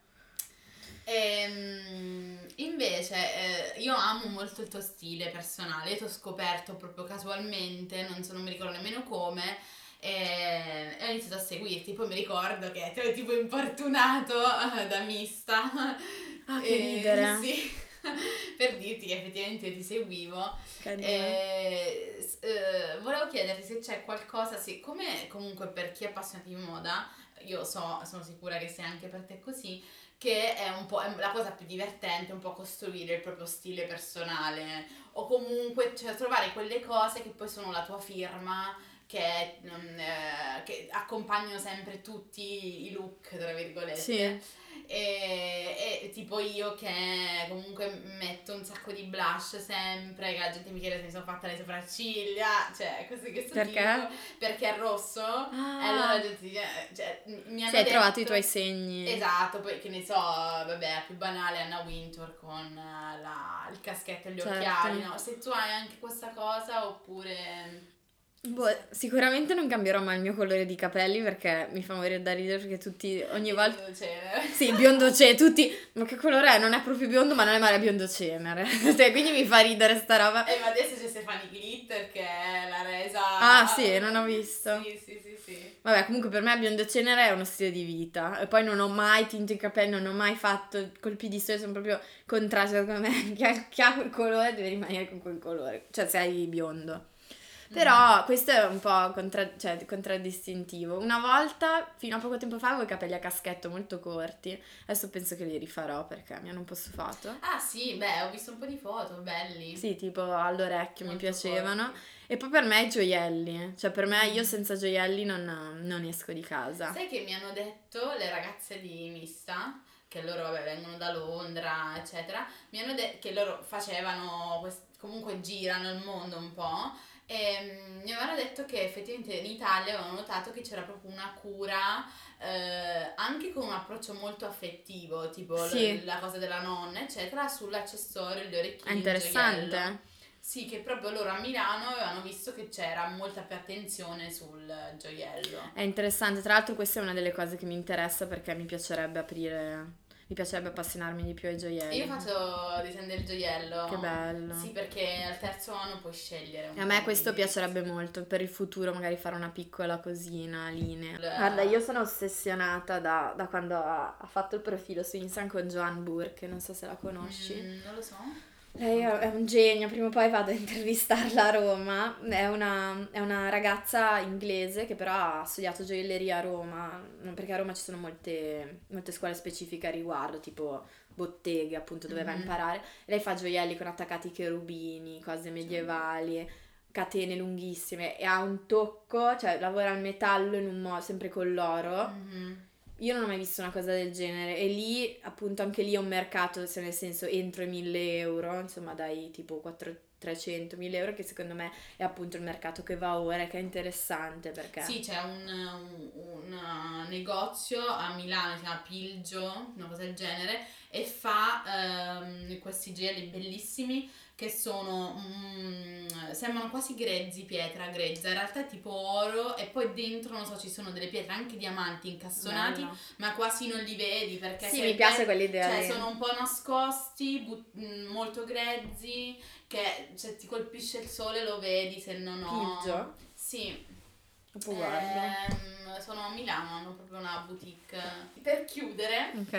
Speaker 1: Ehm, invece eh, io amo molto il tuo stile personale, io ti ho scoperto proprio casualmente, non, so, non mi ricordo nemmeno come, e, e ho iniziato a seguirti, poi mi ricordo che ti ho tipo importunato eh, da mista.
Speaker 2: Ah, che
Speaker 1: E-
Speaker 2: ridere.
Speaker 1: Sì, per dirti che effettivamente ti seguivo.
Speaker 2: Carino.
Speaker 1: E, s- eh, volevo chiederti se c'è qualcosa, siccome comunque per chi è appassionato di moda, io so, sono sicura che sia anche per te così, che è un po' è la cosa più divertente, un po' costruire il proprio stile personale o comunque cioè, trovare quelle cose che poi sono la tua firma che, mm, eh, che accompagnano sempre tutti i look, tra virgolette.
Speaker 2: Sì.
Speaker 1: E, e tipo io che comunque metto un sacco di blush sempre, che la gente mi chiede se mi sono fatta le sopracciglia, cioè così questo
Speaker 2: Perché?
Speaker 1: tipo, perché è rosso.
Speaker 2: Ah.
Speaker 1: E allora la gente dice, cioè, mi hanno
Speaker 2: Sì, hai
Speaker 1: detto,
Speaker 2: trovato i tuoi segni.
Speaker 1: Esatto, poi che ne so, vabbè, più banale Anna Wintour con eh, la, il caschetto e gli
Speaker 2: Certo.
Speaker 1: occhiali, no? Se tu hai anche questa cosa oppure...
Speaker 2: Boh, sicuramente non cambierò mai il mio colore di capelli perché mi fa morire da ridere perché tutti ogni volta...
Speaker 1: Biondo cenere.
Speaker 2: Sì, biondo cenere, tutti... Ma che colore è? Non è proprio biondo ma non è male biondo cenere. Cioè, quindi mi fa ridere sta roba.
Speaker 1: Eh, ma adesso c'è Stefani Glitter che è la resa...
Speaker 2: Ah, sì, non ho visto.
Speaker 1: Sì, sì, sì, sì.
Speaker 2: Vabbè, comunque per me biondo cenere è uno stile di vita. E poi non ho mai tinto i capelli, non ho mai fatto colpi di sole, sono proprio contrasti. Secondo me chi ha, chi ha quel colore deve rimanere con quel colore. Cioè, se hai biondo. Però questo è un po' contra- cioè, contraddistintivo. Una volta, fino a poco tempo fa, avevo i capelli a caschetto molto corti. Adesso penso che li rifarò perché mi hanno un po' stufato.
Speaker 1: Ah sì, beh, ho visto un po' di foto, belli.
Speaker 2: Sì, tipo all'orecchio mi
Speaker 1: Molto
Speaker 2: piacevano.
Speaker 1: forti.
Speaker 2: E poi per me i gioielli. Cioè per me io senza gioielli non, non esco di casa.
Speaker 1: Sai che mi hanno detto le ragazze di Mista, che loro vabbè, vengono da Londra, eccetera, mi hanno detto che loro facevano, quest- comunque girano il mondo un po', e mm, mi avevano detto che effettivamente in Italia avevano notato che c'era proprio una cura, eh, anche con un approccio molto affettivo, tipo l-
Speaker 2: Sì.
Speaker 1: la cosa della nonna, eccetera, sull'accessorio, gli orecchini,
Speaker 2: È
Speaker 1: il
Speaker 2: interessante.
Speaker 1: gioiello. Sì, che proprio loro a Milano avevano visto che c'era molta più attenzione sul gioiello.
Speaker 2: È interessante. Tra l'altro questa è una delle cose che mi interessa perché mi piacerebbe aprire... Mi piacerebbe appassionarmi di più ai gioielli.
Speaker 1: Io faccio design del gioiello.
Speaker 2: Che bello.
Speaker 1: Sì, perché al terzo anno puoi scegliere. Un
Speaker 2: E a me
Speaker 1: po'
Speaker 2: questo
Speaker 1: di-
Speaker 2: piacerebbe molto, per il futuro magari fare una piccola cosina, linea.
Speaker 1: La-
Speaker 2: Guarda, io sono ossessionata da, da quando ha, ha fatto il profilo su Instagram con Joan Burke, non so se la conosci.
Speaker 1: Mm, non lo so.
Speaker 2: Lei è è un genio, prima o poi vado a intervistarla a Roma. È una, è una ragazza inglese che però ha studiato gioielleria a Roma, non- perché a Roma ci sono molte, molte scuole specifiche a riguardo, tipo botteghe appunto dove va a
Speaker 1: Mhm.
Speaker 2: imparare. Lei fa gioielli con attaccati cherubini, cose medievali, catene lunghissime e ha un tocco, cioè lavora il metallo in un modo sempre con l'oro.
Speaker 1: Mhm.
Speaker 2: Io non ho mai visto una cosa del genere e lì appunto anche lì è un mercato, se nel senso entro i mille euro, insomma dai tipo quattro trecento mille euro, che secondo me è appunto il mercato che va ora e che è interessante perché...
Speaker 1: Sì, c'è un, un, un negozio a Milano, si chiama Pilgio, una cosa del genere, e fa ehm, questi gioielli bellissimi che sono, mm, sembrano quasi grezzi, pietra grezza, in realtà è tipo oro, e poi dentro, non so, ci sono delle pietre, anche diamanti incastonati,
Speaker 2: Bello.
Speaker 1: ma quasi non li vedi perché
Speaker 2: Sì,
Speaker 1: se
Speaker 2: mi piace
Speaker 1: ve-
Speaker 2: quell'idea
Speaker 1: cioè
Speaker 2: lì.
Speaker 1: sono un po' nascosti, but- mm, molto grezzi, che se ti colpisce il sole lo vedi, se non ho...
Speaker 2: Pilgio?
Speaker 1: Sì.
Speaker 2: Dopo guardo.
Speaker 1: Ehm, sono a Milano, hanno proprio una boutique. Per chiudere,
Speaker 2: Ok.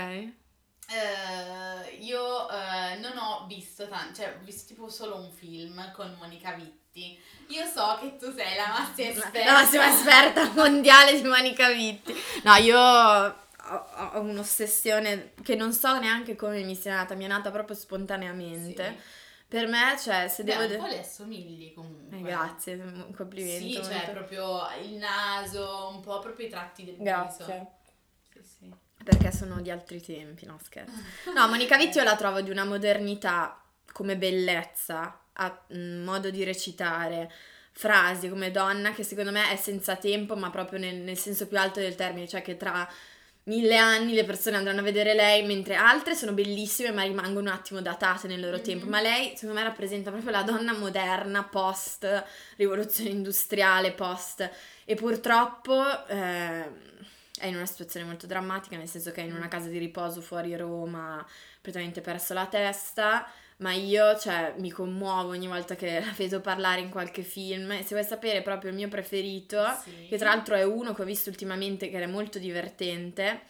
Speaker 1: eh, io eh, non ho visto tanto, cioè ho visto tipo solo un film con Monica Vitti. Io so che tu sei la massima esperta.
Speaker 2: La massima esperta mondiale di Monica Vitti. No, io ho, ho un'ossessione che non so neanche come mi sia nata, mi è nata proprio spontaneamente.
Speaker 1: Sì.
Speaker 2: Per me, cioè, se
Speaker 1: Beh,
Speaker 2: devo...
Speaker 1: un
Speaker 2: de-
Speaker 1: po' le assomigli comunque.
Speaker 2: Eh, grazie, un complimento.
Speaker 1: Sì, cioè
Speaker 2: molto-
Speaker 1: proprio il naso, un po' proprio i tratti del
Speaker 2: Grazie.
Speaker 1: viso. Sì, sì.
Speaker 2: Perché sono di altri tempi, no scherzo. No, Monica Vitti io la trovo di una modernità come bellezza, a mm, modo di recitare, frasi come donna che secondo me è senza tempo, ma proprio nel, nel senso più alto del termine, cioè che tra mille anni le persone andranno a vedere lei, mentre altre sono bellissime ma rimangono un attimo datate nel loro
Speaker 1: Mhm.
Speaker 2: tempo. Ma lei secondo me rappresenta proprio la donna moderna, post rivoluzione industriale, post... E purtroppo... eh, è in una situazione molto drammatica, nel senso che è in una casa di riposo fuori Roma, praticamente perso la testa, ma io, cioè, mi commuovo ogni volta che la vedo parlare in qualche film. E se vuoi sapere proprio il mio preferito,
Speaker 1: Sì.
Speaker 2: che tra l'altro è uno che ho visto ultimamente che è molto divertente,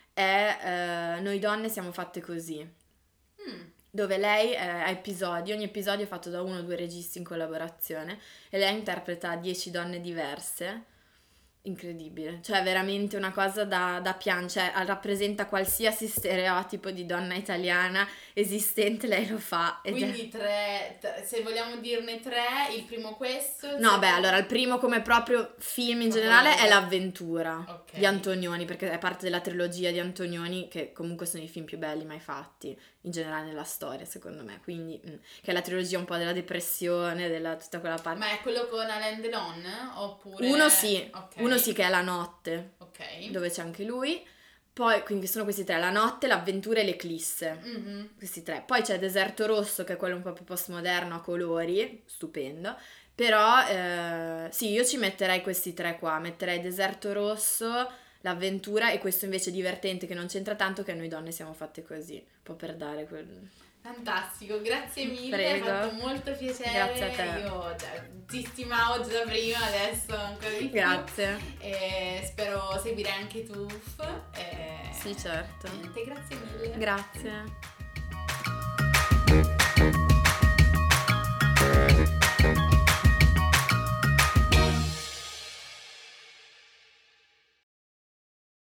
Speaker 2: è eh, Noi donne siamo fatte così,
Speaker 1: Mm.
Speaker 2: dove lei eh, ha episodi, ogni episodio è fatto da uno o due registi in collaborazione e lei interpreta dieci donne diverse. Incredibile, cioè veramente una cosa da, da piangere, cioè, rappresenta qualsiasi stereotipo di donna italiana esistente, lei lo fa. ed è-
Speaker 1: Quindi tre, tre- se vogliamo dirne tre, il primo questo, il
Speaker 2: No, beh,
Speaker 1: secondo-
Speaker 2: allora il primo come proprio film in
Speaker 1: Proprio
Speaker 2: generale è
Speaker 1: lavoro.
Speaker 2: L'avventura
Speaker 1: Ok.
Speaker 2: di Antonioni, perché è parte della trilogia di Antonioni, che comunque sono i film più belli mai fatti, in generale nella storia, secondo me, quindi, mm, che è la trilogia un po' della depressione, della tutta quella parte.
Speaker 1: Ma è quello con Alain Delon? Oppure...
Speaker 2: Uno sì,
Speaker 1: Ok.
Speaker 2: uno sì che è La notte,
Speaker 1: Ok.
Speaker 2: dove c'è anche lui. Poi, quindi sono questi tre, La notte, L'avventura e L'eclisse.
Speaker 1: Mhm.
Speaker 2: Questi tre. Poi c'è Deserto Rosso, che è quello un po' più postmoderno, a colori, stupendo. Però, eh, sì, io ci metterei questi tre qua. Metterei Deserto Rosso, L'avventura e questo invece divertente, che non c'entra tanto, che Noi donne siamo fatte così. Un po' per dare quel...
Speaker 1: Fantastico, grazie mille,
Speaker 2: Prego.
Speaker 1: ha fatto molto piacere.
Speaker 2: Grazie a te.
Speaker 1: Io cioè, ti stimavo già da prima, adesso ancora di più.
Speaker 2: Grazie.
Speaker 1: E spero seguire anche tu. Uff. E...
Speaker 2: Sì, certo.
Speaker 1: Niente, grazie mille.
Speaker 2: Grazie.